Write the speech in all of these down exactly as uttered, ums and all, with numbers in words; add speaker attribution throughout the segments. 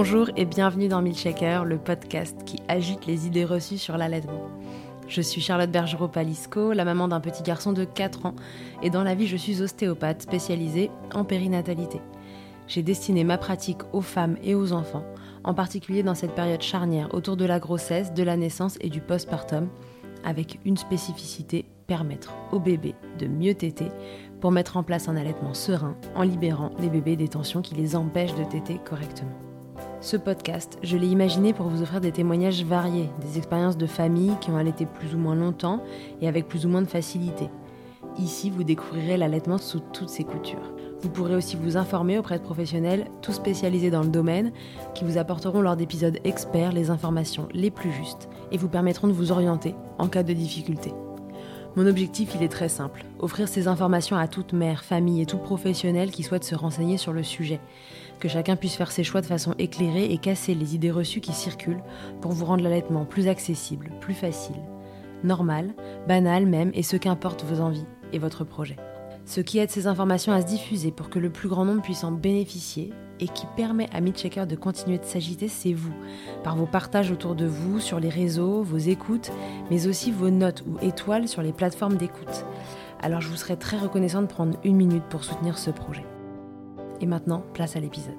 Speaker 1: Bonjour et bienvenue dans Milkshaker, le podcast qui agite les idées reçues sur l'allaitement. Je suis Charlotte Bergerot-Palisco, la maman d'un petit garçon de quatre ans, et dans la vie je suis ostéopathe spécialisée en périnatalité. J'ai destiné ma pratique aux femmes et aux enfants, en particulier dans cette période charnière autour de la grossesse, de la naissance et du postpartum, avec une spécificité, permettre au bébé de mieux téter pour mettre en place un allaitement serein en libérant les bébés des tensions qui les empêchent de téter correctement. Ce podcast, je l'ai imaginé pour vous offrir des témoignages variés, des expériences de familles qui ont allaité plus ou moins longtemps et avec plus ou moins de facilité. Ici, vous découvrirez l'allaitement sous toutes ses coutures. Vous pourrez aussi vous informer auprès de professionnels, tous spécialisés dans le domaine, qui vous apporteront lors d'épisodes experts les informations les plus justes et vous permettront de vous orienter en cas de difficulté. Mon objectif, il est très simple, offrir ces informations à toute mère, famille et tout professionnel qui souhaite se renseigner sur le sujet. Que chacun puisse faire ses choix de façon éclairée et casser les idées reçues qui circulent pour vous rendre l'allaitement plus accessible, plus facile, normal, banal même, et ce qu'importe vos envies et votre projet. Ce qui aide ces informations à se diffuser pour que le plus grand nombre puisse en bénéficier et qui permet à Milkshaker de continuer de s'agiter, c'est vous, par vos partages autour de vous, sur les réseaux, vos écoutes, mais aussi vos notes ou étoiles sur les plateformes d'écoute. Alors je vous serais très reconnaissante de prendre une minute pour soutenir ce projet. Et maintenant, place à l'épisode.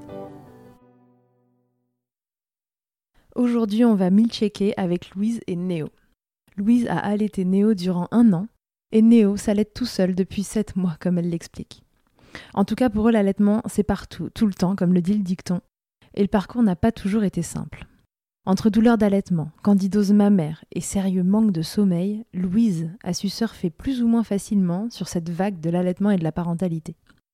Speaker 1: Aujourd'hui, on va milkshaker avec Louise et Néo. Louise a allaité Néo durant un an, et Néo s'allaite tout seul depuis sept mois, comme elle l'explique. En tout cas, pour eux, l'allaitement, c'est partout, tout le temps, comme le dit le dicton. Et le parcours n'a pas toujours été simple. Entre douleurs d'allaitement, candidose mammaire et sérieux manque de sommeil, Louise a su surfer plus ou moins facilement sur cette vague de l'allaitement et de la parentalité.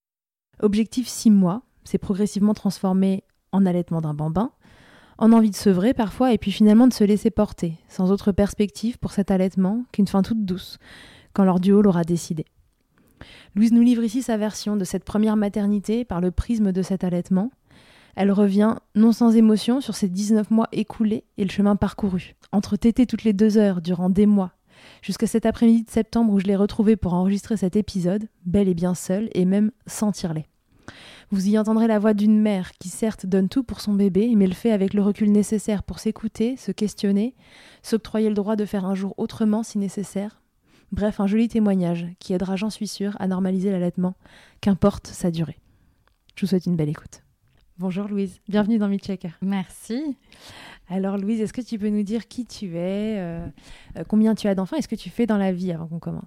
Speaker 1: Objectif six mois, c'est progressivement transformé en allaitement d'un bambin, en envie de sevrer parfois, et puis finalement de se laisser porter, sans autre perspective pour cet allaitement qu'une fin toute douce, quand leur duo l'aura décidé. Louise nous livre ici sa version de cette première maternité par le prisme de cet allaitement. Elle revient, non sans émotion, sur ces dix-neuf mois écoulés et le chemin parcouru, entre téter toutes les deux heures durant des mois, jusqu'à cet après-midi de septembre où je l'ai retrouvée pour enregistrer cet épisode, bel et bien seule et même sans tire-lait. Vous y entendrez la voix d'une mère qui certes donne tout pour son bébé, mais le fait avec le recul nécessaire pour s'écouter, se questionner, s'octroyer le droit de faire un jour autrement si nécessaire. Bref, un joli témoignage qui aidera, j'en suis sûre, à normaliser l'allaitement, qu'importe sa durée. Je vous souhaite une belle écoute. Bonjour Louise, bienvenue dans Milkshaker.
Speaker 2: Merci.
Speaker 1: Alors Louise, est-ce que tu peux nous dire qui tu es, euh, combien tu as d'enfants et ce que tu fais dans la vie avant qu'on commence ?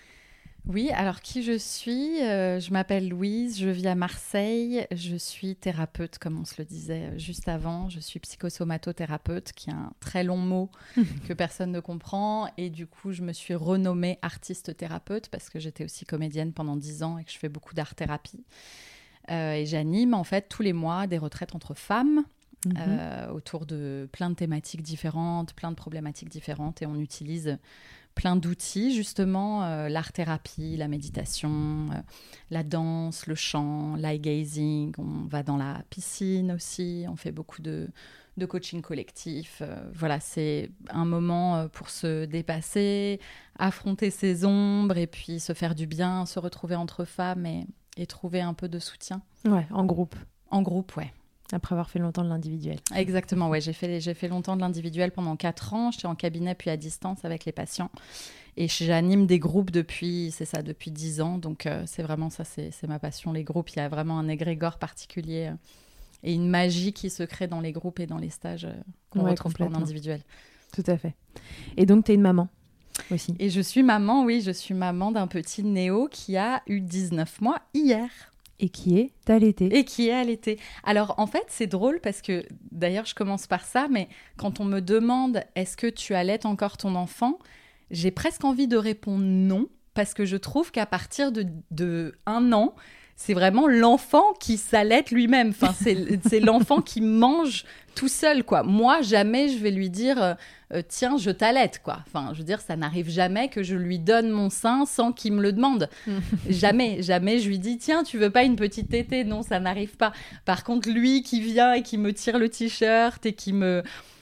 Speaker 2: Oui, alors qui je suis ? euh, Je m'appelle Louise, je vis à Marseille, je suis thérapeute, comme on se le disait juste avant. Je suis psychosomatothérapeute, qui est un très long mot que personne ne comprend. Et du coup, je me suis renommée artiste-thérapeute parce que j'étais aussi comédienne pendant dix ans et que je fais beaucoup d'art-thérapie. Euh, et j'anime en fait tous les mois des retraites entre femmes. Mmh. Euh, autour de plein de thématiques différentes, plein de problématiques différentes, et on utilise plein d'outils, justement, euh, l'art-thérapie, la méditation, euh, la danse, le chant, l'eye gazing, on va dans la piscine aussi, on fait beaucoup de, de coaching collectif. Euh, voilà, c'est un moment pour se dépasser, affronter ses ombres et puis se faire du bien, se retrouver entre femmes et, et trouver un peu de soutien.
Speaker 1: Ouais, en groupe.
Speaker 2: En groupe, ouais.
Speaker 1: Après avoir fait longtemps de l'individuel.
Speaker 2: Exactement, ouais. J'ai fait, j'ai fait longtemps de l'individuel pendant quatre ans. J'étais en cabinet puis à distance avec les patients. Et j'anime des groupes depuis, c'est ça, depuis dix ans. Donc, euh, c'est vraiment ça, c'est, c'est ma passion, les groupes. Il y a vraiment un égrégore particulier euh, et une magie qui se crée dans les groupes et dans les stages euh, qu'on
Speaker 1: ouais,
Speaker 2: retrouve pas en individuel.
Speaker 1: Tout à fait. Et donc, tu es une maman aussi.
Speaker 2: Et je suis maman, oui. Je suis maman d'un petit Néo qui a eu dix-neuf mois hier.
Speaker 1: Et qui est allaité.
Speaker 2: Et qui est allaité. Alors, en fait, c'est drôle parce que, d'ailleurs, je commence par ça, mais quand on me demande « Est-ce que tu allaites encore ton enfant ?», j'ai presque envie de répondre non, parce que je trouve qu'à partir de, de un an, c'est vraiment l'enfant qui s'allaite lui-même. Enfin, c'est, c'est l'enfant qui mange tout seul, quoi. Moi, jamais je vais lui dire euh, « Tiens, je t'allaite », quoi. Enfin, je veux dire, ça n'arrive jamais que je lui donne mon sein sans qu'il me le demande. jamais, jamais je lui dis « Tiens, tu veux pas une petite tétée ?» Non, ça n'arrive pas. Par contre, lui qui vient et qui me tire le t-shirt et qui me...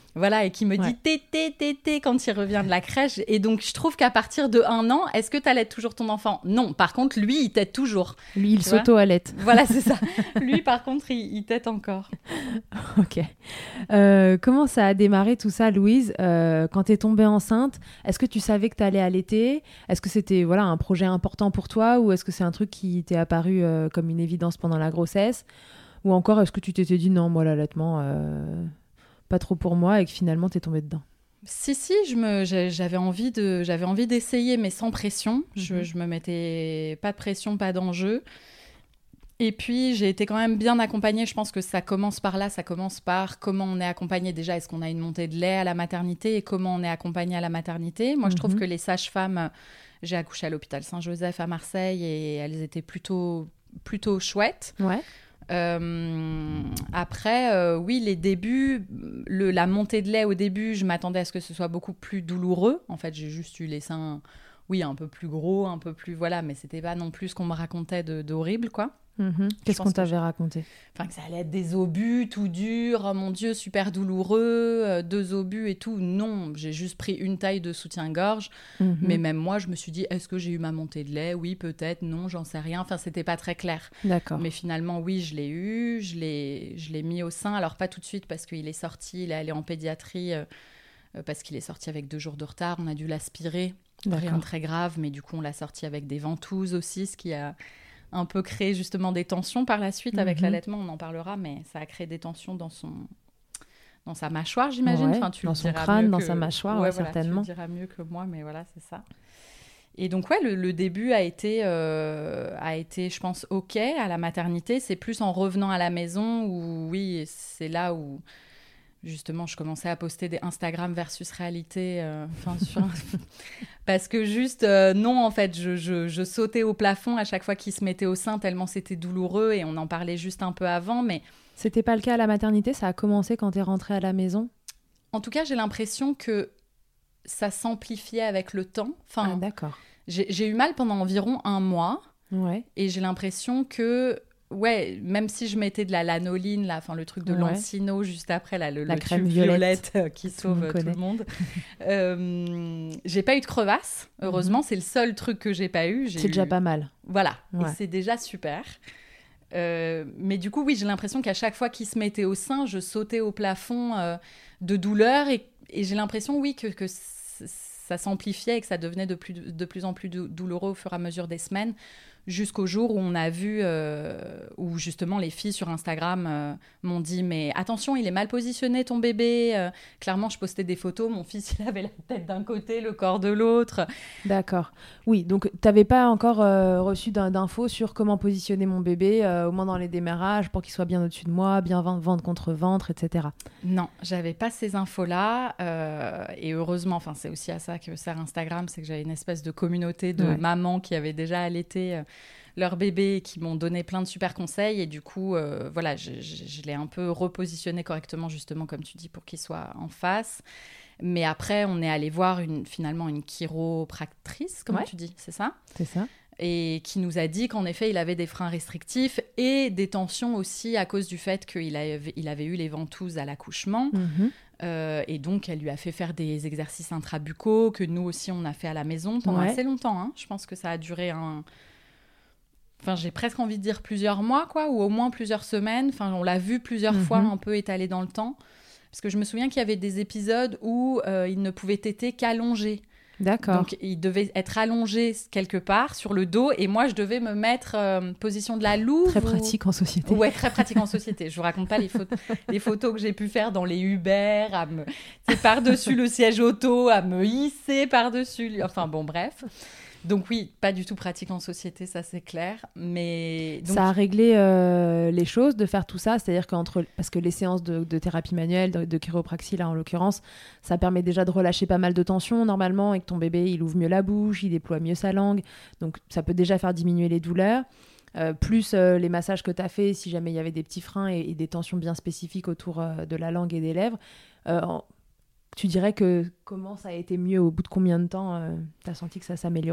Speaker 2: Voilà, et qui me dit
Speaker 1: Ouais.
Speaker 2: tété, tété quand il revient de la crèche. Et donc, je trouve qu'à partir de un an, est-ce que tu allaites toujours ton enfant ? Non. Par contre, lui, il tète toujours.
Speaker 1: Lui, il
Speaker 2: Tu vois ?
Speaker 1: s'auto-allaite.
Speaker 2: Voilà, c'est ça. Lui, par contre, il, il tète encore.
Speaker 1: Ok. Euh, comment ça a démarré tout ça, Louise, euh, quand tu es tombée enceinte ? Est-ce que tu savais que tu allais allaiter ? Est-ce que c'était voilà, un projet important pour toi ou est-ce que c'est un truc qui t'est apparu euh, comme une évidence pendant la grossesse ? Ou encore, est-ce que tu t'étais dit non, moi, l'allaitement, euh, pas trop pour moi et que finalement, tu es tombée dedans ?
Speaker 2: Si, si, je me, j'ai- j'avais envie de, j'avais envie d'essayer, mais sans pression. Je,
Speaker 1: Mhm.
Speaker 2: je me mettais pas de pression, pas d'enjeu. Et puis, j'ai été quand même bien accompagnée. Je pense que ça commence par là. Ça commence par comment on est accompagné. Déjà, est-ce qu'on a une montée de lait à la maternité et comment on est accompagné à la maternité. Moi, je trouve
Speaker 1: Mhm.
Speaker 2: que les sages-femmes, j'ai accouché à l'hôpital Saint-Joseph à Marseille et elles étaient plutôt, plutôt chouettes.
Speaker 1: Ouais.
Speaker 2: Euh, après, euh, oui, les débuts, le, la montée de lait au début, je m'attendais à ce que ce soit beaucoup plus douloureux. En fait, j'ai juste eu les seins, oui, un peu plus gros, un peu plus, voilà, mais c'était pas non plus ce qu'on me racontait de, d'horrible, quoi.
Speaker 1: Mhm. Qu'est-ce
Speaker 2: pense
Speaker 1: qu'on
Speaker 2: que
Speaker 1: t'avait
Speaker 2: je-
Speaker 1: raconté ?
Speaker 2: Enfin, que ça allait être des obus, tout dur, oh mon Dieu, super douloureux, euh, deux obus et tout. Non, j'ai juste pris une taille de soutien-gorge.
Speaker 1: Mhm.
Speaker 2: Mais même moi, je me suis dit, est-ce que j'ai eu ma montée de lait ? Oui, peut-être, non, j'en sais rien. Enfin, c'était pas très clair.
Speaker 1: D'accord.
Speaker 2: Mais finalement, oui, je l'ai eu, je l'ai, je l'ai mis au sein. Alors, pas tout de suite parce qu'il est sorti, il est allé en pédiatrie, euh, euh, parce qu'il est sorti avec deux jours de retard. On a dû l'aspirer, rien de
Speaker 1: D'accord.
Speaker 2: très grave, mais du coup, on l'a sorti avec des ventouses aussi, ce qui a un peu créé justement des tensions par la suite avec
Speaker 1: Mhm.
Speaker 2: l'allaitement. On en parlera, mais ça a créé des tensions dans son... dans sa mâchoire, j'imagine.
Speaker 1: Ouais,
Speaker 2: enfin, tu
Speaker 1: dans
Speaker 2: le
Speaker 1: son
Speaker 2: diras
Speaker 1: crâne,
Speaker 2: mieux
Speaker 1: dans
Speaker 2: que...
Speaker 1: sa mâchoire,
Speaker 2: ouais,
Speaker 1: ouais,
Speaker 2: voilà,
Speaker 1: certainement.
Speaker 2: Tu le diras mieux que moi, mais voilà, c'est ça. Et donc, ouais, le, le début a été, euh, a été, je pense, OK à la maternité. C'est plus en revenant à la maison où, oui, c'est là où, justement, je commençais à poster des Instagram versus réalité. euh, Enfin, sur... Parce que juste, euh, non, en fait, je, je, je sautais au plafond à chaque fois qu'il se mettait au sein, tellement c'était douloureux. Et on en parlait juste un peu avant. Mais
Speaker 1: C'était pas le cas à la maternité ? Ça a commencé quand t'es rentrée à la maison ?
Speaker 2: en tout cas, j'ai l'impression que ça s'amplifiait avec le temps. Enfin,
Speaker 1: Ah, d'accord.
Speaker 2: j'ai, j'ai eu mal pendant environ un mois.
Speaker 1: Ouais.
Speaker 2: Et j'ai l'impression que, ouais, même si je mettais de la lanoline, là, enfin le truc de
Speaker 1: Ouais.
Speaker 2: Lancino juste après, là, le,
Speaker 1: La
Speaker 2: le
Speaker 1: crème
Speaker 2: tube
Speaker 1: violette,
Speaker 2: violette euh, qui
Speaker 1: que tout le
Speaker 2: sauve
Speaker 1: monde
Speaker 2: euh, tout
Speaker 1: connaît.
Speaker 2: le monde, euh, j'ai pas eu de crevasse. Heureusement, c'est le seul truc que j'ai pas eu. J'ai
Speaker 1: C'est déjà
Speaker 2: eu-
Speaker 1: pas mal.
Speaker 2: Voilà,
Speaker 1: Ouais.
Speaker 2: et c'est déjà super. Euh, mais du coup, oui, j'ai l'impression qu'à chaque fois qu'il se mettait au sein, je sautais au plafond euh, de douleur et, et j'ai l'impression, oui, que, que c- ça s'amplifiait et que ça devenait de plus, de plus en plus dou- douloureux au fur et à mesure des semaines, jusqu'au jour où on a vu, euh, où justement les filles sur Instagram euh, m'ont dit « Mais attention, il est mal positionné ton bébé euh, ». Clairement, je postais des photos, mon fils, il avait la tête d'un côté, le corps de l'autre.
Speaker 1: D'accord. Oui, donc t'avais pas encore euh, reçu d'in- d'infos sur comment positionner mon bébé, euh, au moins dans les démarrages, pour qu'il soit bien au-dessus de moi, bien ven- ventre contre ventre, et cetera.
Speaker 2: Non, j'avais pas ces infos-là. euh, et heureusement, enfin, c'est aussi à ça que sert Instagram, c'est que j'avais une espèce de communauté de
Speaker 1: Ouais.
Speaker 2: mamans qui avaient déjà allaité euh, leur bébé et qui m'ont donné plein de super conseils. Et du coup, euh, voilà, je, je- je l'ai un peu repositionné correctement, justement, comme tu dis, pour qu'il soit en face. Mais après, on est allé voir une, finalement une chiropractrice, comment
Speaker 1: Ouais.
Speaker 2: tu dis, c'est ça ?
Speaker 1: C'est ça ?
Speaker 2: Et qui nous a dit qu'en effet, il avait des freins restrictifs et des tensions aussi à cause du fait qu'il avait, il avait eu les ventouses à l'accouchement.
Speaker 1: Mhm.
Speaker 2: Euh, et donc, elle lui a fait faire des exercices intrabucaux que nous aussi, on a fait à la maison pendant
Speaker 1: Ouais.
Speaker 2: assez longtemps. Hein. Je pense que ça a duré un... Enfin, j'ai presque envie de dire plusieurs mois, quoi, ou au moins plusieurs semaines. Enfin, on l'a vu plusieurs
Speaker 1: Mhm.
Speaker 2: fois, un peu étalé dans le temps. Parce que je me souviens qu'il y avait des épisodes où euh, il ne pouvait téter qu'allongé.
Speaker 1: D'accord.
Speaker 2: Donc, il devait être allongé quelque part sur le dos et moi, je devais me mettre euh, position de la louve.
Speaker 1: Très
Speaker 2: ou-
Speaker 1: pratique en société.
Speaker 2: Ouais, très pratique en société. Je vous raconte pas les, photos, les photos que j'ai pu faire dans les Uber, à me, tu sais, par-dessus le siège auto, à me hisser par-dessus. Enfin, bon, bref. Donc oui, pas du tout pratique en société, ça c'est clair. Mais donc,
Speaker 1: Ça a réglé euh, les choses de faire tout ça, c'est-à-dire qu'entre parce que les séances de, de thérapie manuelle, de, de chiropraxie là en l'occurrence, ça permet déjà de relâcher pas mal de tension normalement et que ton bébé il ouvre mieux la bouche, il déploie mieux sa langue, donc ça peut déjà faire diminuer les douleurs. Euh, plus euh, les massages que tu as fait, si jamais il y avait des petits freins et, et des tensions bien spécifiques autour euh, de la langue et des lèvres. Euh, en- Tu dirais que comment ça a été mieux au bout de combien de temps euh, tu as senti que ça s'améliorait ?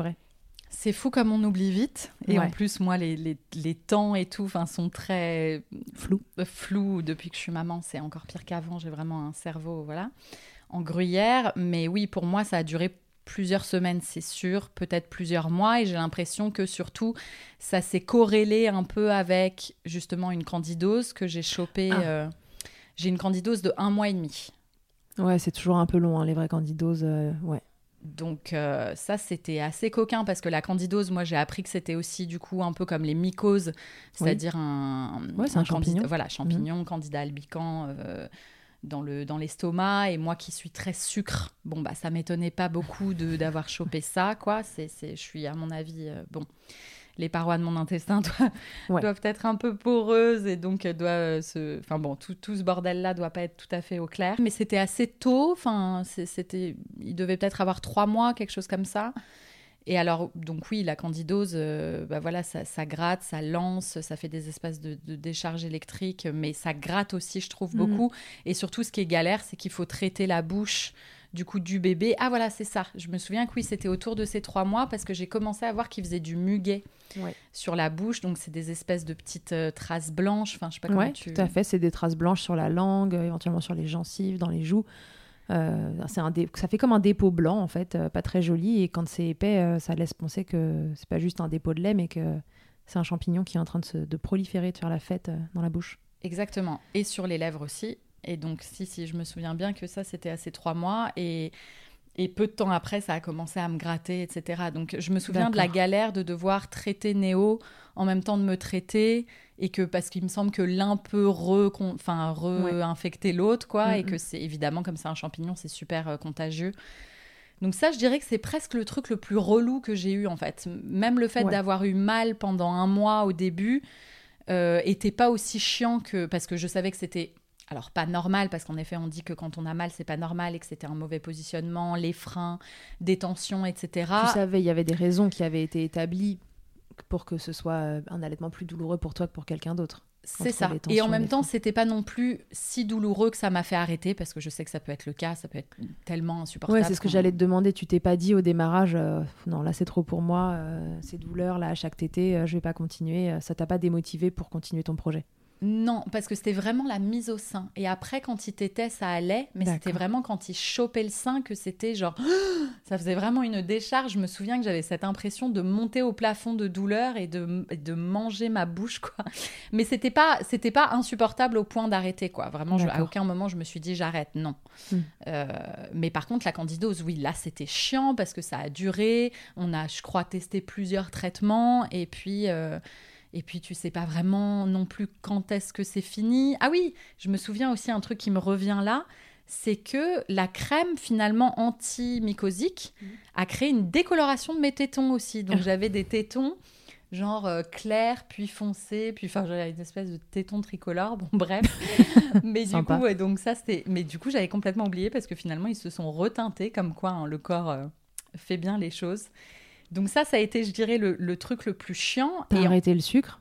Speaker 2: C'est fou comme on oublie vite. Et
Speaker 1: Ouais.
Speaker 2: en plus, moi, les, les, les temps et tout sont très
Speaker 1: Flou.
Speaker 2: euh, flous. Depuis que je suis maman, c'est encore pire qu'avant. J'ai vraiment un cerveau voilà, en gruyère. Mais oui, pour moi, ça a duré plusieurs semaines, c'est sûr, peut-être plusieurs mois. Et j'ai l'impression que surtout, ça s'est corrélé un peu avec justement une candidose que j'ai chopée.
Speaker 1: Ah.
Speaker 2: Euh, j'ai une candidose de un mois et demi.
Speaker 1: Ouais, c'est toujours un peu long, hein, les vraies candidoses. Euh, ouais.
Speaker 2: Donc euh, ça, c'était assez coquin parce que la candidose, moi, j'ai appris que c'était aussi du coup un peu comme les mycoses, c'est-à-dire oui. un,
Speaker 1: ouais, c'est un, un
Speaker 2: champignon.
Speaker 1: Candida,
Speaker 2: voilà, champignon, mmh. Candida albicans euh, dans, le, dans l'estomac. Et moi qui suis très sucre, bon, bah, ça m'étonnait pas beaucoup de, d'avoir chopé ça, quoi. C'est, c'est, je suis, à mon avis, euh, bon... les parois de mon intestin doivent, ouais. doivent être un peu poreuses et donc doivent se... Enfin bon, tout, tout ce bordel-là doit pas être tout à fait au clair. Mais c'était assez tôt, enfin, c'était... il devait peut-être avoir trois mois, quelque chose comme ça. Et alors, donc oui, la candidose, euh, bah voilà, ça, ça gratte, ça lance, ça fait des espaces de, de décharge électrique, mais ça gratte aussi, je trouve, mmh. beaucoup. Et surtout, ce qui est galère, c'est qu'il faut traiter la bouche du coup du bébé. Ah voilà, c'est ça. Je me souviens que oui, c'était autour de ces trois mois parce que j'ai commencé à voir qu'il faisait du muguet ouais. sur la bouche. Donc, c'est des espèces de petites euh, traces blanches. Enfin, je sais pas comment
Speaker 1: ouais,
Speaker 2: tu...
Speaker 1: tout à fait. C'est des traces blanches sur la langue, euh, éventuellement sur les gencives, dans les joues. Euh, c'est un dé... Ça fait comme un dépôt blanc, en fait, euh, pas très joli. Et quand c'est épais, euh, ça laisse penser que c'est pas juste un dépôt de lait, mais que c'est un champignon qui est en train de, se... de proliférer, de faire la fête euh, dans la bouche.
Speaker 2: Exactement. Et sur les lèvres aussi. Et donc, si, si, je me souviens bien que ça, c'était à ces trois mois. Et, et peu de temps après, ça a commencé à me gratter, et cetera. Donc, je me souviens D'accord. de la galère de devoir traiter Néo en même temps de me traiter. Et que, parce qu'il me semble que l'un peut re, enfin, re-infecter ouais. l'autre, quoi. Mm-hmm. Et que c'est évidemment, comme c'est un champignon, c'est super euh, contagieux. Donc ça, je dirais que c'est presque le truc le plus relou que j'ai eu, en fait. Même le fait ouais. d'avoir eu mal pendant un mois au début euh, était pas aussi chiant que... Parce que je savais que c'était... Alors, pas normal, parce qu'en effet, on dit que quand on a mal, c'est pas normal et que c'était un mauvais positionnement, les freins, des tensions, et cetera.
Speaker 1: Tu savais, il y avait des raisons qui avaient été établies pour que ce soit un allaitement plus douloureux pour toi que pour quelqu'un d'autre.
Speaker 2: C'est ça. Et en même temps, c'était pas non plus si douloureux que ça m'a fait arrêter, parce que je sais que ça peut être le cas, ça peut être tellement insupportable.
Speaker 1: Ouais, c'est ce que j'allais te demander. Tu t'es pas dit au démarrage, euh, non, là c'est trop pour moi, euh, ces douleurs, là à chaque tétée, euh, je vais pas continuer. Ça t'a pas démotivé pour continuer ton projet?
Speaker 2: Non, parce que c'était vraiment la mise au sein. Et après, quand il tétait, ça allait. Mais D'accord. c'était vraiment quand il chopait le sein que c'était genre... Ça faisait vraiment une décharge. Je me souviens que j'avais cette impression de monter au plafond de douleur et de, et de manger ma bouche, quoi. Mais c'était pas, c'était pas insupportable au point d'arrêter, quoi. Vraiment, je, à aucun moment, je me suis dit j'arrête. Non. Hum. Euh, mais par contre, la candidose, oui, là, c'était chiant parce que ça a duré. On a, je crois, testé plusieurs traitements. Et puis... Euh, Et puis, tu sais pas vraiment non plus quand est-ce que c'est fini. Ah oui, je me souviens aussi un truc qui me revient là, c'est que la crème, finalement, anti-mycosique mmh. a créé une décoloration de mes tétons aussi. Donc, j'avais des tétons genre euh, clairs, puis foncés, puis enfin, j'avais une espèce de téton tricolore. Bon, bref. Mais du coup, ouais, donc ça, c'était... Mais du coup, j'avais complètement oublié parce que finalement, ils se sont reteintés comme quoi hein, le corps euh, fait bien les choses. Donc ça, ça a été, je dirais, le, le truc le plus chiant.
Speaker 1: T'as
Speaker 2: et
Speaker 1: arrêté on... le sucre?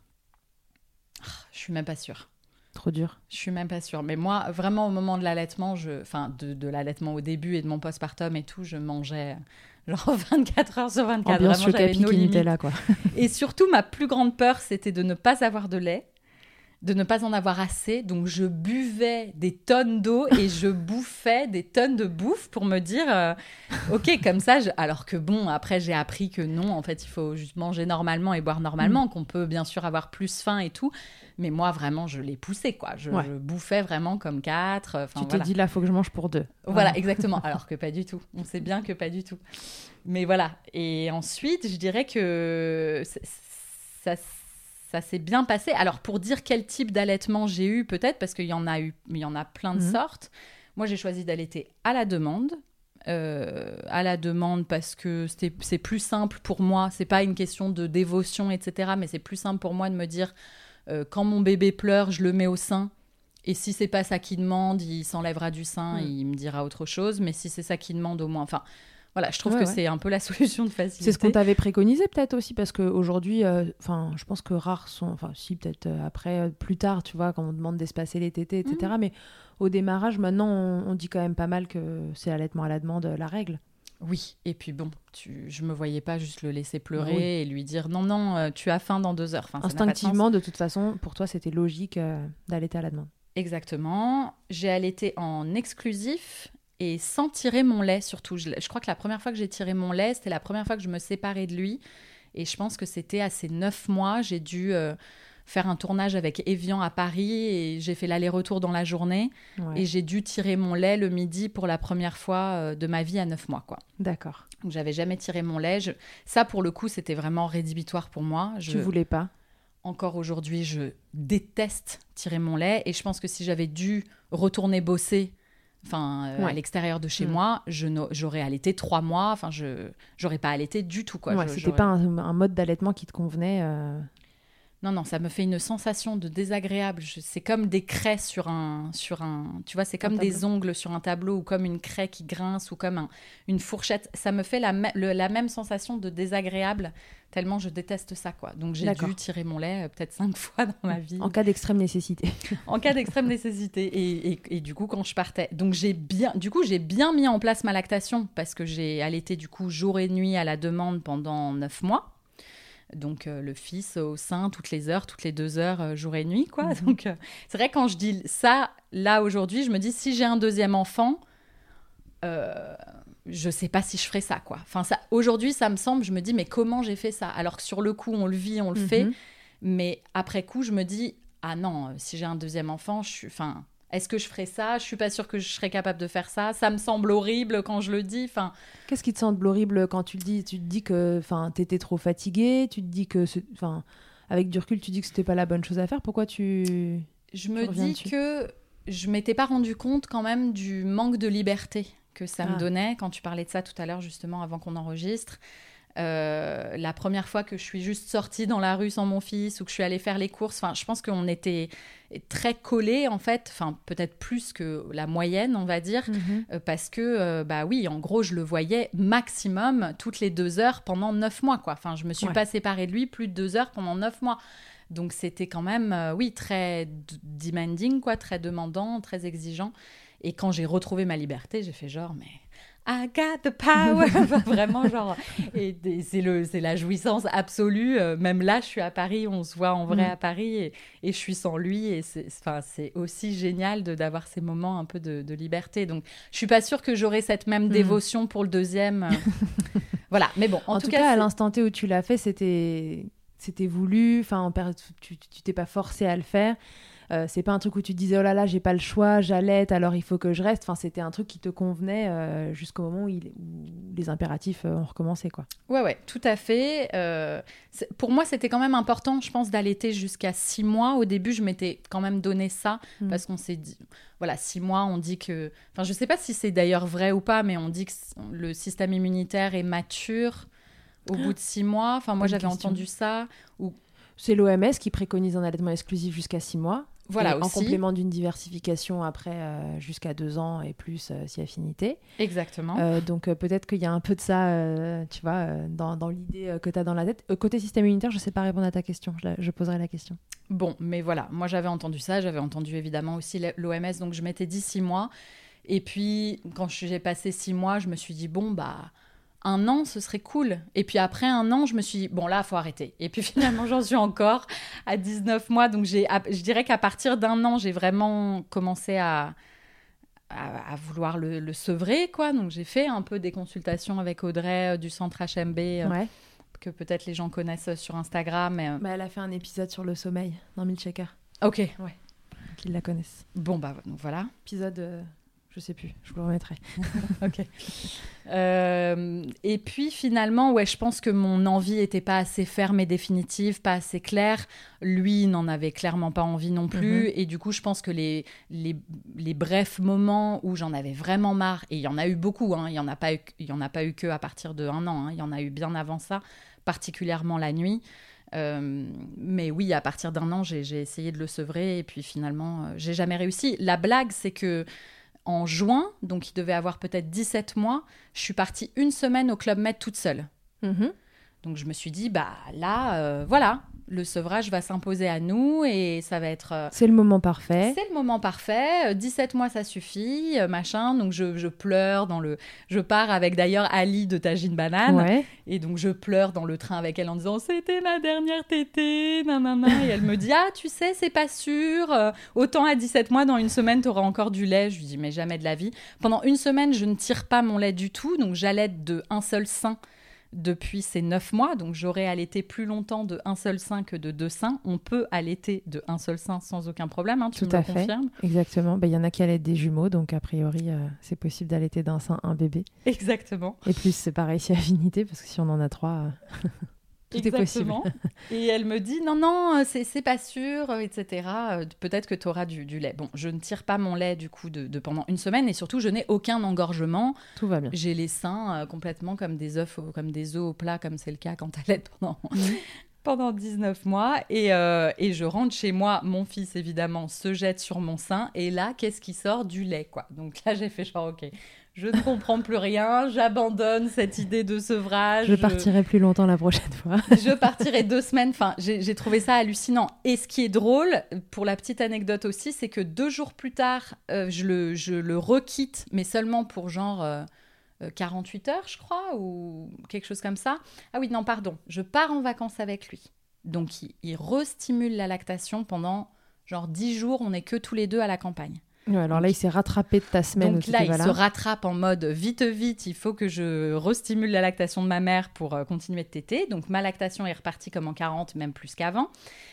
Speaker 2: oh, Je suis même pas sûre.
Speaker 1: Trop dur.
Speaker 2: Je suis même pas sûre. Mais moi, vraiment, au moment de l'allaitement, je... enfin, de, de l'allaitement au début et de mon postpartum et tout, je mangeais genre vingt-quatre heures sur vingt-quatre.
Speaker 1: Ambiance
Speaker 2: vraiment, j'avais nos limites.
Speaker 1: Là, quoi.
Speaker 2: Et surtout, ma plus grande peur, c'était de ne pas avoir de lait, de ne pas en avoir assez. Donc, je buvais des tonnes d'eau et je bouffais des tonnes de bouffe pour me dire, euh, OK, comme ça, je... alors que bon, après, j'ai appris que non, en fait, il faut juste manger normalement et boire normalement, mmh. qu'on peut bien sûr avoir plus faim et tout. Mais moi, vraiment, je l'ai poussé, quoi. Je, ouais. je bouffais vraiment comme quatre.
Speaker 1: Tu
Speaker 2: voilà.
Speaker 1: t'es dit, là, il faut que je mange pour deux.
Speaker 2: Voilà, ouais. exactement. Alors que pas du tout. On sait bien que pas du tout. Mais voilà. Et ensuite, je dirais que ça... Ça s'est bien passé. Alors, pour dire quel type d'allaitement j'ai eu, peut-être, parce qu'il y en a eu, il y en a plein de mmh. sortes. Moi, j'ai choisi d'allaiter à la demande. Euh, à la demande parce que c'était, c'est plus simple pour moi. C'est pas une question de dévotion, et cetera. Mais c'est plus simple pour moi de me dire, euh, quand mon bébé pleure, je le mets au sein. Et si c'est pas ça qu'il demande, il s'enlèvera du sein, mmh. et il me dira autre chose. Mais si c'est ça qu'il demande, au moins... Enfin, voilà, je trouve ouais, que ouais. c'est un peu la solution de facilité.
Speaker 1: C'est ce qu'on t'avait préconisé peut-être aussi, parce qu'aujourd'hui, euh, je pense que rares sont... Enfin, si, peut-être euh, après, euh, plus tard, tu vois, quand on demande d'espacer les tétés, et cetera. Mmh. Mais au démarrage, maintenant, on, on dit quand même pas mal que c'est l'allaitement à la demande, la règle.
Speaker 2: Oui, et puis bon, tu, je me voyais pas juste le laisser pleurer
Speaker 1: oui.
Speaker 2: et lui dire non, non, euh, tu as faim dans deux heures. Enfin, ça n'a pas de
Speaker 1: Instinctivement,
Speaker 2: sens.
Speaker 1: de toute façon, pour toi, c'était logique euh, d'allaiter à la demande.
Speaker 2: Exactement. J'ai allaité en exclusif et sans tirer mon lait surtout. Je, je crois que la première fois que j'ai tiré mon lait, c'était la première fois que je me séparais de lui. Et je pense que c'était à ces neuf mois, j'ai dû euh, faire un tournage avec Evian à Paris et j'ai fait l'aller-retour dans la journée.
Speaker 1: Ouais.
Speaker 2: Et j'ai dû tirer mon lait le midi pour la première fois euh, de ma vie à neuf mois, quoi.
Speaker 1: D'accord.
Speaker 2: Donc, j'avais jamais tiré mon lait. Je... Ça, pour le coup, c'était vraiment rédhibitoire pour moi. Je...
Speaker 1: Tu voulais pas?
Speaker 2: Encore aujourd'hui, je déteste tirer mon lait. Et je pense que si j'avais dû retourner bosser enfin, euh,
Speaker 1: Ouais.
Speaker 2: à l'extérieur de chez
Speaker 1: Mm.
Speaker 2: moi, je n'a- j'aurais allaité trois mois. Enfin, je n'aurais pas allaité du tout, quoi.
Speaker 1: Ouais,
Speaker 2: Je-
Speaker 1: c'était
Speaker 2: j'aurais-
Speaker 1: pas un, un mode d'allaitement qui te convenait. euh,
Speaker 2: Non, non, ça me fait une sensation de désagréable. Je- C'est comme des craies sur un, sur un... Tu vois, c'est comme des
Speaker 1: tableau.
Speaker 2: ongles sur un tableau ou comme une craie qui grince ou comme un- une fourchette. Ça me fait la, me- le- la même sensation de désagréable tellement je déteste ça, quoi. Donc j'ai
Speaker 1: D'accord.
Speaker 2: dû tirer mon lait euh, peut-être cinq fois dans ma vie.
Speaker 1: En cas d'extrême nécessité.
Speaker 2: En cas d'extrême nécessité. Et, et- et du coup, quand je partais. Donc, j'ai bien, du coup, j'ai bien mis en place ma lactation parce que j'ai allaité, du coup, jour et nuit à la demande pendant neuf mois. Donc, euh, le fils au sein, toutes les heures, toutes les deux heures, euh, jour et nuit, quoi.
Speaker 1: Mhm.
Speaker 2: Donc, euh, c'est vrai, quand je dis ça, là, aujourd'hui, je me dis, si j'ai un deuxième enfant, euh, je sais pas si je ferai ça, quoi. Enfin, ça, aujourd'hui, ça me semble, je me dis, mais comment j'ai fait ça? Alors que sur le coup, on le vit, on le fait.
Speaker 1: Mhm.
Speaker 2: Mais après coup, je me dis, ah non, euh, si j'ai un deuxième enfant, je suis, enfin, est-ce que je ferais ça? Je suis pas sûre que je serais capable de faire ça. Ça me semble horrible quand je le dis. Enfin,
Speaker 1: Qu'est-ce qui te semble horrible quand tu le dis? Tu te dis que tu étais trop fatiguée, tu te dis que, c'est- enfin, avec du recul, tu dis que c'était pas la bonne chose à faire. Pourquoi tu...
Speaker 2: je me
Speaker 1: reviens
Speaker 2: dis
Speaker 1: dessus.
Speaker 2: que je m'étais pas rendu compte quand même du manque de liberté que ça
Speaker 1: Ah.
Speaker 2: me donnait quand tu parlais de ça tout à l'heure, justement, avant qu'on enregistre. Euh, la première fois que je suis juste sortie dans la rue sans mon fils ou que je suis allée faire les courses, enfin, je pense qu'on était très collés, en fait, enfin, peut-être plus que la moyenne, on va dire,
Speaker 1: Mhm.
Speaker 2: euh, parce que, euh, bah oui, en gros, je le voyais maximum toutes les deux heures pendant neuf mois, quoi. Enfin, je me suis
Speaker 1: Ouais.
Speaker 2: pas séparée de lui plus de deux heures pendant neuf mois. Donc, c'était quand même, euh, oui, très d- demanding, quoi, très demandant, très exigeant. Et quand j'ai retrouvé ma liberté, j'ai fait genre, mais... I got the power. Enfin, vraiment, genre. Et des- c'est, le, c'est la jouissance absolue. Euh, même là, je suis à Paris, on se voit en vrai
Speaker 1: Mm.
Speaker 2: à Paris et, et je suis sans lui. Et c'est, enfin, c'est aussi génial de, d'avoir ces moments un peu de, de liberté. Donc, je suis pas sûre que j'aurai cette même
Speaker 1: Mm.
Speaker 2: dévotion pour le deuxième. euh. Voilà. Mais bon, en,
Speaker 1: En,
Speaker 2: tout,
Speaker 1: tout
Speaker 2: cas,
Speaker 1: cas, à
Speaker 2: c'est-
Speaker 1: l'instant T où tu l'as fait, c'était c'était voulu. Enfin, en péri- tu tu t'es pas forcé à le faire. Euh, c'est pas un truc où tu te disais oh là là, j'ai pas le choix, j'allaite, alors il faut que je reste. Enfin, c'était un truc qui te convenait euh, jusqu'au moment où, il- où les impératifs euh, ont recommencé, quoi.
Speaker 2: Ouais, ouais, tout à fait. Euh, c'est- pour moi, c'était quand même important, je pense, d'allaiter jusqu'à six mois. Au début, je m'étais quand même donné ça
Speaker 1: Mm.
Speaker 2: parce qu'on s'est dit, voilà, six mois, on dit que. Enfin, je sais pas si c'est d'ailleurs vrai ou pas, mais on dit que c- le système immunitaire est mature au bout de six mois. Enfin, moi,
Speaker 1: Bonne
Speaker 2: j'avais
Speaker 1: question.
Speaker 2: entendu ça. Ou
Speaker 1: C'est l'O M S qui préconise un allaitement exclusif jusqu'à six mois.
Speaker 2: voilà,
Speaker 1: Et en
Speaker 2: aussi.
Speaker 1: complément d'une diversification après euh, jusqu'à deux ans et plus euh, si affinité.
Speaker 2: Exactement.
Speaker 1: Euh, donc euh, peut-être qu'il y a un peu de ça, euh, tu vois, euh, dans, dans l'idée euh, que tu as dans la tête. Euh, côté système immunitaire, je sais pas répondre à ta question, je, la- je poserai la question.
Speaker 2: Bon, mais voilà, moi j'avais entendu ça, j'avais entendu évidemment aussi l'O M S, donc je m'étais dit six mois. Et puis, quand j'ai passé six mois, je me suis dit, bon, bah, un an, ce serait cool. Et puis après un an, je me suis dit, bon, là, il faut arrêter. Et puis finalement, j'en suis encore à dix-neuf mois. Donc, j'ai, à- je dirais qu'à partir d'un an, j'ai vraiment commencé à, à, à vouloir le, le sevrer, quoi. Donc, j'ai fait un peu des consultations avec Audrey euh, du centre H M B, euh,
Speaker 1: Ouais.
Speaker 2: que peut-être les gens connaissent sur Instagram. Mais, euh,
Speaker 1: Bah, elle a fait un épisode sur le sommeil dans Milkshaker,
Speaker 2: Ok,
Speaker 1: qu'ils la connaissent.
Speaker 2: bon, bah, donc voilà.
Speaker 1: Épisode, euh, je sais plus, je vous le remettrai.
Speaker 2: Ok. Euh, et puis finalement, ouais, je pense que mon envie était pas assez ferme et définitive, pas assez claire. Lui n'en avait clairement pas envie non plus.
Speaker 1: Mhm.
Speaker 2: Et du coup, je pense que les, les, les brefs moments où j'en avais vraiment marre, et il y en a eu beaucoup, hein, il y en a pas eu, il y en a pas eu que à partir de un an, hein, il y en a eu bien avant ça, particulièrement la nuit. Euh, mais oui, à partir d'un an, j'ai, j'ai essayé de le sevrer et puis finalement, euh, j'ai jamais réussi. La blague, c'est que en juin, donc il devait avoir peut-être dix-sept mois, je suis partie une semaine au Club Med toute seule.
Speaker 1: Mhm.
Speaker 2: Donc je me suis dit, bah là, euh, voilà, Le sevrage va s'imposer à nous et ça va être... Euh,
Speaker 1: c'est le moment parfait.
Speaker 2: C'est le moment parfait. dix-sept mois, ça suffit, euh, machin. Donc, je, je pleure dans le... Je pars avec, d'ailleurs, Ali de Tagine Banane.
Speaker 1: Ouais.
Speaker 2: Et donc, je pleure dans le train avec elle en disant « C'était ma dernière tétée, nanana. » Et elle me dit « Ah, tu sais, c'est pas sûr. Euh, autant à dix-sept mois, dans une semaine, t'auras encore du lait. » Je lui dis « Mais jamais de la vie. » Pendant une semaine, je ne tire pas mon lait du tout. Donc, j'allaite de un seul sein depuis ces neuf mois, donc j'aurais allaité plus longtemps de un seul sein que de deux seins. On peut allaiter de un seul sein sans aucun problème, hein, tu
Speaker 1: Tout
Speaker 2: me
Speaker 1: à
Speaker 2: le
Speaker 1: fait.
Speaker 2: confirmes.
Speaker 1: Exactement. Ben, y en a qui allaitent des jumeaux, donc a priori, euh, c'est possible d'allaiter d'un sein un bébé.
Speaker 2: Exactement.
Speaker 1: Et plus, c'est pareil si affinité, parce que si on en a trois, euh, tout
Speaker 2: Exactement.
Speaker 1: est possible.
Speaker 2: Et elle me dit, non, non, c'est, c'est pas sûr, et cetera. Euh, peut-être que tu auras du, du lait. Bon, je ne tire pas mon lait, du coup, de, de pendant une semaine, et surtout, je n'ai aucun engorgement.
Speaker 1: Tout va bien.
Speaker 2: J'ai les seins euh, complètement comme des œufs, au- comme des œufs au plat, comme c'est le cas quand tu allaites pendant...
Speaker 1: Mmh.
Speaker 2: pendant dix-neuf mois et, euh, et je rentre chez moi, mon fils évidemment se jette sur mon sein et là qu'est-ce qui sort? Du lait quoi. Donc là j'ai fait genre ok, je ne comprends plus rien, j'abandonne cette idée de sevrage.
Speaker 1: Je partirai plus longtemps la prochaine fois.
Speaker 2: Je partirai deux semaines, enfin j'ai, j'ai trouvé ça hallucinant. Et ce qui est drôle, pour la petite anecdote aussi, c'est que deux jours plus tard, euh, je, le, je le requitte, mais seulement pour genre... Euh, Euh, quarante-huit heures, je crois, ou quelque chose comme ça. Ah oui, non, pardon. Je pars en vacances avec lui. Donc, il, il restimule la lactation pendant genre dix jours. On n'est que tous les deux à la campagne.
Speaker 1: Ouais, alors là, il s'est rattrapé de ta semaine.
Speaker 2: Donc
Speaker 1: où
Speaker 2: là,
Speaker 1: t'étais
Speaker 2: il
Speaker 1: pas
Speaker 2: se
Speaker 1: là.
Speaker 2: rattrape en mode vite, vite, il faut que je restimule la lactation de ma mère pour euh, continuer de téter. Donc, ma lactation est repartie comme en quarante, même plus qu'avant.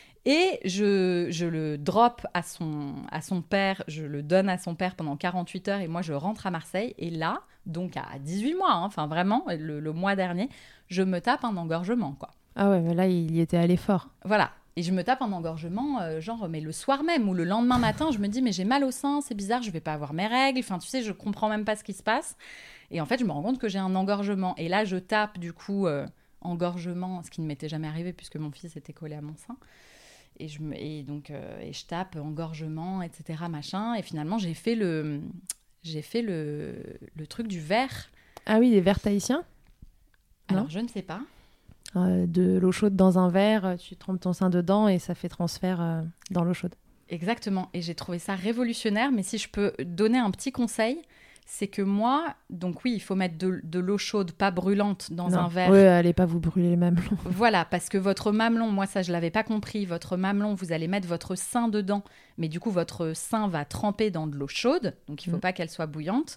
Speaker 2: Et je, je le drop à son, à son père, je le donne à son père pendant quarante-huit heures et moi, je rentre à Marseille. Et là, donc à dix-huit mois, hein, enfin vraiment, le, le mois dernier, je me tape un engorgement, quoi.
Speaker 1: Ah ouais, mais là, il y était allé fort.
Speaker 2: Voilà. Et je me tape un engorgement, euh, genre, mais le soir même ou le lendemain matin, je me dis, mais j'ai mal au sein, c'est bizarre, je vais pas avoir mes règles. Enfin, tu sais, je comprends même pas ce qui se passe. Et en fait, je me rends compte que j'ai un engorgement. Et là, je tape, du coup, euh, engorgement, ce qui ne m'était jamais arrivé puisque mon fils était collé à mon sein. Et je, me, et donc, euh, et je tape engorgement, et cetera, machin. Et finalement, j'ai fait le, j'ai fait le, le truc du verre.
Speaker 1: Ah oui, des verres tahitiens.
Speaker 2: Alors,
Speaker 1: Non.
Speaker 2: je ne sais pas.
Speaker 1: Euh, de l'eau chaude dans un verre, tu trempes ton sein dedans et ça fait transfert euh, dans l'eau chaude.
Speaker 2: Exactement. Et j'ai trouvé ça révolutionnaire. Mais si je peux donner un petit conseil, c'est que moi, donc oui, il faut mettre de, de l'eau chaude, pas brûlante, dans
Speaker 1: Non.
Speaker 2: un verre.
Speaker 1: Oui, allez pas vous brûler les mamelons.
Speaker 2: Voilà, parce que votre mamelon, moi ça je l'avais pas compris, votre mamelon, vous allez mettre votre sein dedans, mais du coup votre sein va tremper dans de l'eau chaude, donc il faut
Speaker 1: Mm.
Speaker 2: pas qu'elle soit bouillante.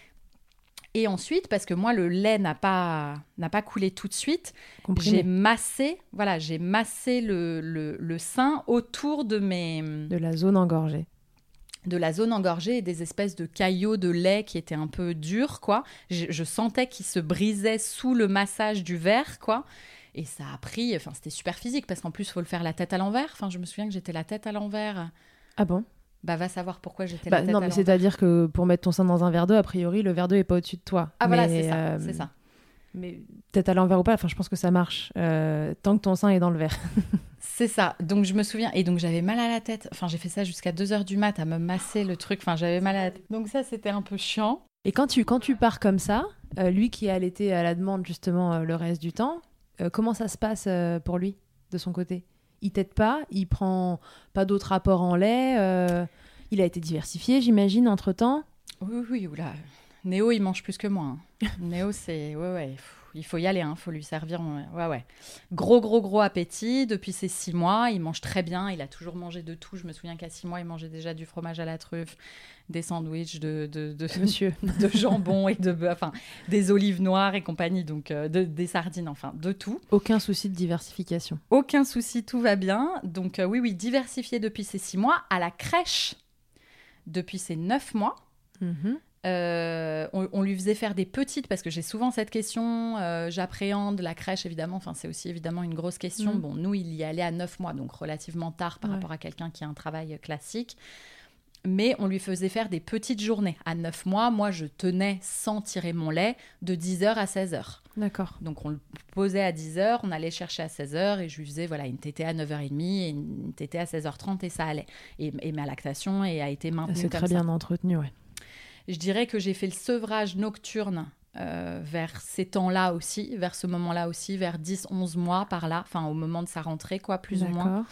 Speaker 2: Et ensuite, parce que moi le lait n'a pas, n'a pas coulé tout de suite,
Speaker 1: Comprimé.
Speaker 2: j'ai massé, voilà, j'ai massé le, le, le sein autour de mes...
Speaker 1: De la zone engorgée.
Speaker 2: de la zone engorgée et des espèces de caillots de lait qui étaient un peu durs, quoi. Je, je sentais qu'ils se brisaient sous le massage du verre, quoi. Et ça a pris... Enfin, c'était super physique, parce qu'en plus, il faut le faire la tête à l'envers. Enfin, je me souviens que j'étais la tête à l'envers.
Speaker 1: Ah bon?
Speaker 2: Bah, va savoir pourquoi j'étais
Speaker 1: Bah,
Speaker 2: la tête
Speaker 1: non,
Speaker 2: à
Speaker 1: mais
Speaker 2: l'envers.
Speaker 1: c'est-à-dire que pour mettre ton sein dans un verre d'eau, a priori, le verre d'eau est pas au-dessus de toi.
Speaker 2: Ah, voilà,
Speaker 1: Mais,
Speaker 2: c'est ça,
Speaker 1: euh,
Speaker 2: c'est ça.
Speaker 1: Mais peut-être à l'envers ou pas, enfin, je pense que ça marche. euh, tant que ton sein est dans le verre.
Speaker 2: C'est ça. Donc, je me souviens... Et donc, j'avais mal à la tête. Enfin, j'ai fait ça jusqu'à deux heures du mat à me masser le truc. Enfin, j'avais mal à la tête. Donc, ça, c'était un peu chiant.
Speaker 1: Et quand tu, quand tu pars comme ça, euh, lui qui est allaité à la demande justement euh, le reste du temps, euh, comment ça se passe euh, pour lui, de son côté? Il t'aide pas? Il prend pas d'autres apports en lait? euh, Il a été diversifié, j'imagine, entre-temps?
Speaker 2: Oui, oui, oula. Néo, il mange plus que moi. hein. Néo, c'est... Ouais, ouais. pff, Il faut y aller, il hein. faut lui servir. Ouais, ouais. Gros, gros, gros appétit. Depuis ses six mois, il mange très bien. Il a toujours mangé de tout. Je me souviens qu'à six mois, il mangeait déjà du fromage à la truffe, des sandwichs de, de, de,
Speaker 1: Monsieur.
Speaker 2: de jambon et de bœuf, enfin, des olives noires et compagnie, donc euh, de, des sardines, enfin, de tout.
Speaker 1: Aucun souci de diversification.
Speaker 2: Aucun souci, tout va bien. Donc, euh, oui, oui, diversifié depuis ses six mois. À la crèche, depuis ses neuf mois.
Speaker 1: Mhm.
Speaker 2: Euh, on, on lui faisait faire des petites, parce que j'ai souvent cette question, euh, j'appréhende la crèche évidemment, enfin c'est aussi évidemment une grosse question.
Speaker 1: Mm.
Speaker 2: Bon, nous il y allait à neuf mois, donc relativement tard par
Speaker 1: Ouais.
Speaker 2: rapport à quelqu'un qui a un travail classique, mais on lui faisait faire des petites journées. À neuf mois, moi je tenais sans tirer mon lait de dix heures à seize heures.
Speaker 1: D'accord.
Speaker 2: Donc on le posait à dix heures, on allait chercher à seize heures et je lui faisais voilà, une tétée à neuf heures trente et une tétée à seize heures trente et ça allait. Et, et ma lactation et a été maintenue
Speaker 1: C'est
Speaker 2: comme
Speaker 1: très
Speaker 2: ça.
Speaker 1: bien entretenu, ouais.
Speaker 2: Je dirais que j'ai fait le sevrage nocturne euh, vers ces temps-là aussi, vers ce moment-là aussi, vers dix onze mois par là, enfin au moment de sa rentrée, quoi, plus
Speaker 1: D'accord.
Speaker 2: ou moins.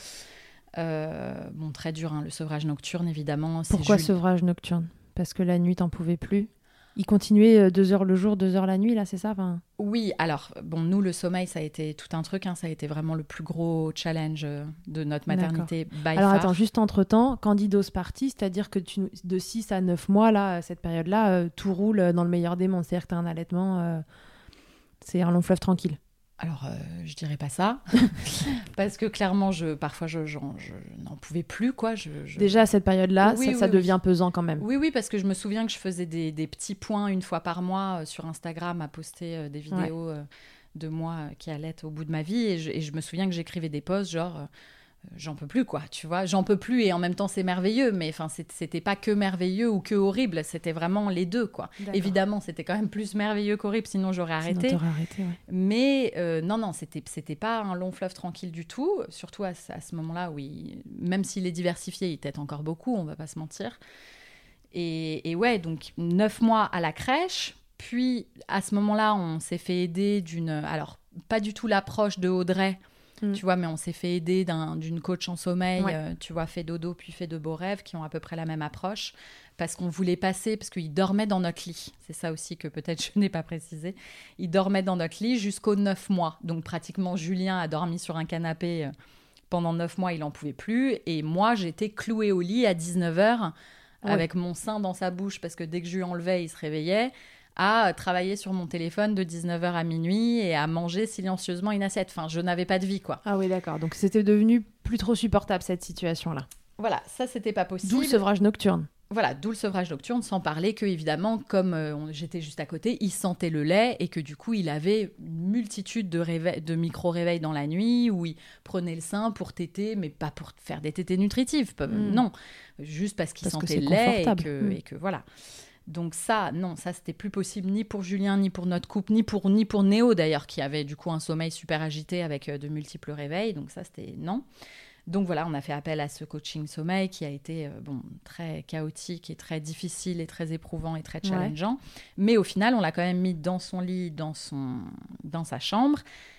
Speaker 2: Euh, bon, très dur, hein, le sevrage nocturne, évidemment.
Speaker 1: Pourquoi
Speaker 2: Jules...
Speaker 1: sevrage nocturne ? Parce que la nuit, t'en pouvais plus ? Il continuait deux heures le jour, deux heures la nuit, là, c'est ça enfin...
Speaker 2: Oui, alors, bon, nous, le sommeil, ça a été tout un truc, hein, ça a été vraiment le plus gros challenge de notre maternité, by
Speaker 1: Alors
Speaker 2: far.
Speaker 1: attends, juste entre-temps, Candidose partie, c'est-à-dire que tu, de six à neuf mois, là, cette période-là, euh, tout roule dans le meilleur des mondes, c'est-à-dire que t'as un allaitement, euh, c'est un long fleuve tranquille.
Speaker 2: Alors, euh, je dirais pas ça, parce que clairement, je, parfois, je, je, je n'en pouvais plus, quoi. Je, je...
Speaker 1: Déjà, à cette période-là,
Speaker 2: oui,
Speaker 1: ça,
Speaker 2: oui,
Speaker 1: ça
Speaker 2: oui.
Speaker 1: devient pesant quand même.
Speaker 2: Oui, oui, parce que je me souviens que je faisais des, des petits points une fois par mois euh, sur Instagram à poster euh, des vidéos ouais. euh, de moi euh, qui allaitent au bout de ma vie, et je, et je me souviens que j'écrivais des posts genre... Euh, j'en peux plus, quoi, tu vois, j'en peux plus, et en même temps c'est merveilleux, mais enfin c'était pas que merveilleux ou que horrible, c'était vraiment les deux, quoi. D'accord. Évidemment, c'était quand même plus merveilleux qu'horrible, sinon j'aurais arrêté.
Speaker 1: Sinon t'aurais arrêté, ouais.
Speaker 2: Mais euh, non, non, c'était, c'était pas un long fleuve tranquille du tout, surtout à, à ce moment-là où, il, même s'il est diversifié, il tète encore beaucoup, on va pas se mentir. Et, et ouais, donc neuf mois à la crèche, puis à ce moment-là, on s'est fait aider d'une... Alors, pas du tout l'approche de Audrey, tu vois, mais on s'est fait aider d'un, d'une coach en sommeil, ouais. euh, tu vois, fait dodo puis fait de beaux rêves, qui ont à peu près la même approche, parce qu'on voulait passer, parce qu'il dormait dans notre lit, c'est ça aussi que peut-être je n'ai pas précisé, il dormait dans notre lit jusqu'aux neuf mois, donc pratiquement Julien a dormi sur un canapé euh, pendant neuf mois, il n'en pouvait plus, et moi j'étais clouée au lit à dix-neuf heures, ouais. avec mon sein dans sa bouche, parce que dès que je lui enlevais, il se réveillait, à travailler sur mon téléphone de dix-neuf heures à minuit et à manger silencieusement une assiette. Enfin, je n'avais pas de vie, quoi.
Speaker 1: Ah oui, d'accord. Donc, c'était devenu plus trop supportable, cette situation-là.
Speaker 2: Voilà, ça, c'était pas possible.
Speaker 1: D'où le sevrage nocturne.
Speaker 2: Voilà, d'où le sevrage nocturne, sans parler que, évidemment, comme euh, on, j'étais juste à côté, il sentait le lait et que, du coup, il avait une multitude de, réveil, de micro-réveils dans la nuit où il prenait le sein pour téter, mais pas pour faire des tétées nutritives. Mm. Non, juste parce qu'il parce sentait le lait et que, mm. et que, voilà... Donc ça, non, ça, c'était plus possible ni pour Julien, ni pour notre couple, ni pour, ni pour Néo, d'ailleurs, qui avait du coup un sommeil super agité avec euh, de multiples réveils. Donc ça, c'était non. Donc voilà, on a fait appel à ce coaching sommeil qui a été euh, bon, très chaotique et très difficile et très éprouvant et très challengeant. Ouais. Mais au final, on l'a quand même mis dans son lit, dans, son, dans sa chambre.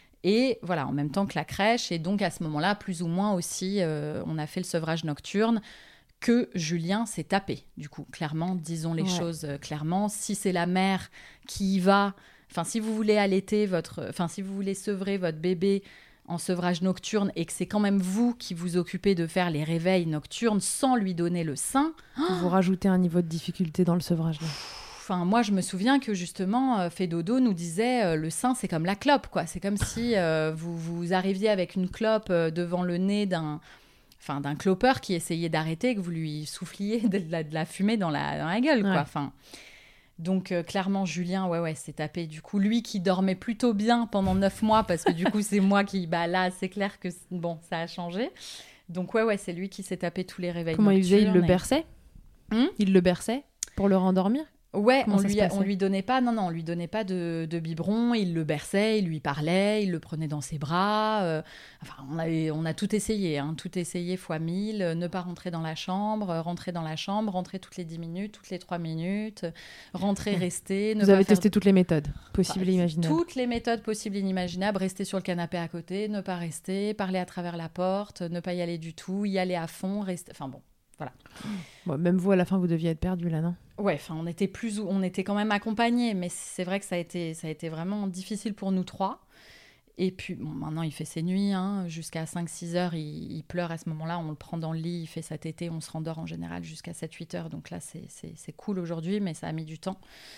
Speaker 2: Et voilà, en même temps que la crèche. Et donc à ce moment-là, plus ou moins aussi, euh, on a fait le sevrage nocturne que Julien s'est tapé, du coup, clairement, disons les ouais. choses euh, clairement. Si c'est la mère qui y va, enfin, si vous voulez allaiter votre, enfin, si vous voulez sevrer votre bébé en sevrage nocturne et que c'est quand même vous qui vous occupez de faire les réveils nocturnes sans lui donner le sein...
Speaker 1: Vous rajoutez un niveau de difficulté dans le sevrage. Là.
Speaker 2: Enfin, moi, je me souviens que, justement, euh, Fédodo nous disait euh, le sein, c'est comme la clope, quoi. C'est comme si euh, vous, vous arriviez avec une clope euh, devant le nez d'un... Enfin, d'un clopeur qui essayait d'arrêter et que vous lui souffliez de la, de la fumée dans la, dans la gueule, quoi. Ouais. Enfin, donc, euh, clairement, Julien, ouais, ouais, s'est tapé. Du coup, lui qui dormait plutôt bien pendant neuf mois, parce que du coup, c'est moi qui... Bah là, c'est clair que, bon, ça a changé. Donc, ouais, ouais, c'est lui qui s'est tapé tous les réveils
Speaker 1: Comment
Speaker 2: nocturnes.
Speaker 1: Il faisait ? Il le
Speaker 2: et...
Speaker 1: berçait hum Il le berçait pour le rendormir ?
Speaker 2: Ouais, on lui, on lui donnait pas, non, non, on lui donnait pas de, de biberon, il le berçait, il lui parlait, il le prenait dans ses bras. Euh, enfin, on a, on a tout essayé, hein, tout essayé fois mille. Euh, ne pas rentrer dans la chambre, euh, rentrer dans la chambre, rentrer toutes les dix minutes, toutes les trois minutes, rentrer, rester. Ne
Speaker 1: Vous
Speaker 2: pas
Speaker 1: avez
Speaker 2: faire...
Speaker 1: testé toutes les méthodes possibles enfin, et imaginables.
Speaker 2: Toutes les méthodes possibles et inimaginables. Rester sur le canapé à côté, ne pas rester, parler à travers la porte, ne pas y aller du tout, y aller à fond, rester. Enfin bon. Voilà.
Speaker 1: Bon, même vous, à la fin, vous deviez être perdu là, non ?
Speaker 2: Ouais, enfin, on était plus, on était quand même accompagnés, mais c'est vrai que ça a été, ça a été vraiment difficile pour nous trois. Et puis, bon, maintenant, il fait ses nuits, hein, jusqu'à cinq six heures, il, il pleure à ce moment-là, on le prend dans le lit, il fait sa tétée, on se rendort en général jusqu'à sept huit heures, donc là, c'est, c'est, c'est cool aujourd'hui, mais ça a mis du temps.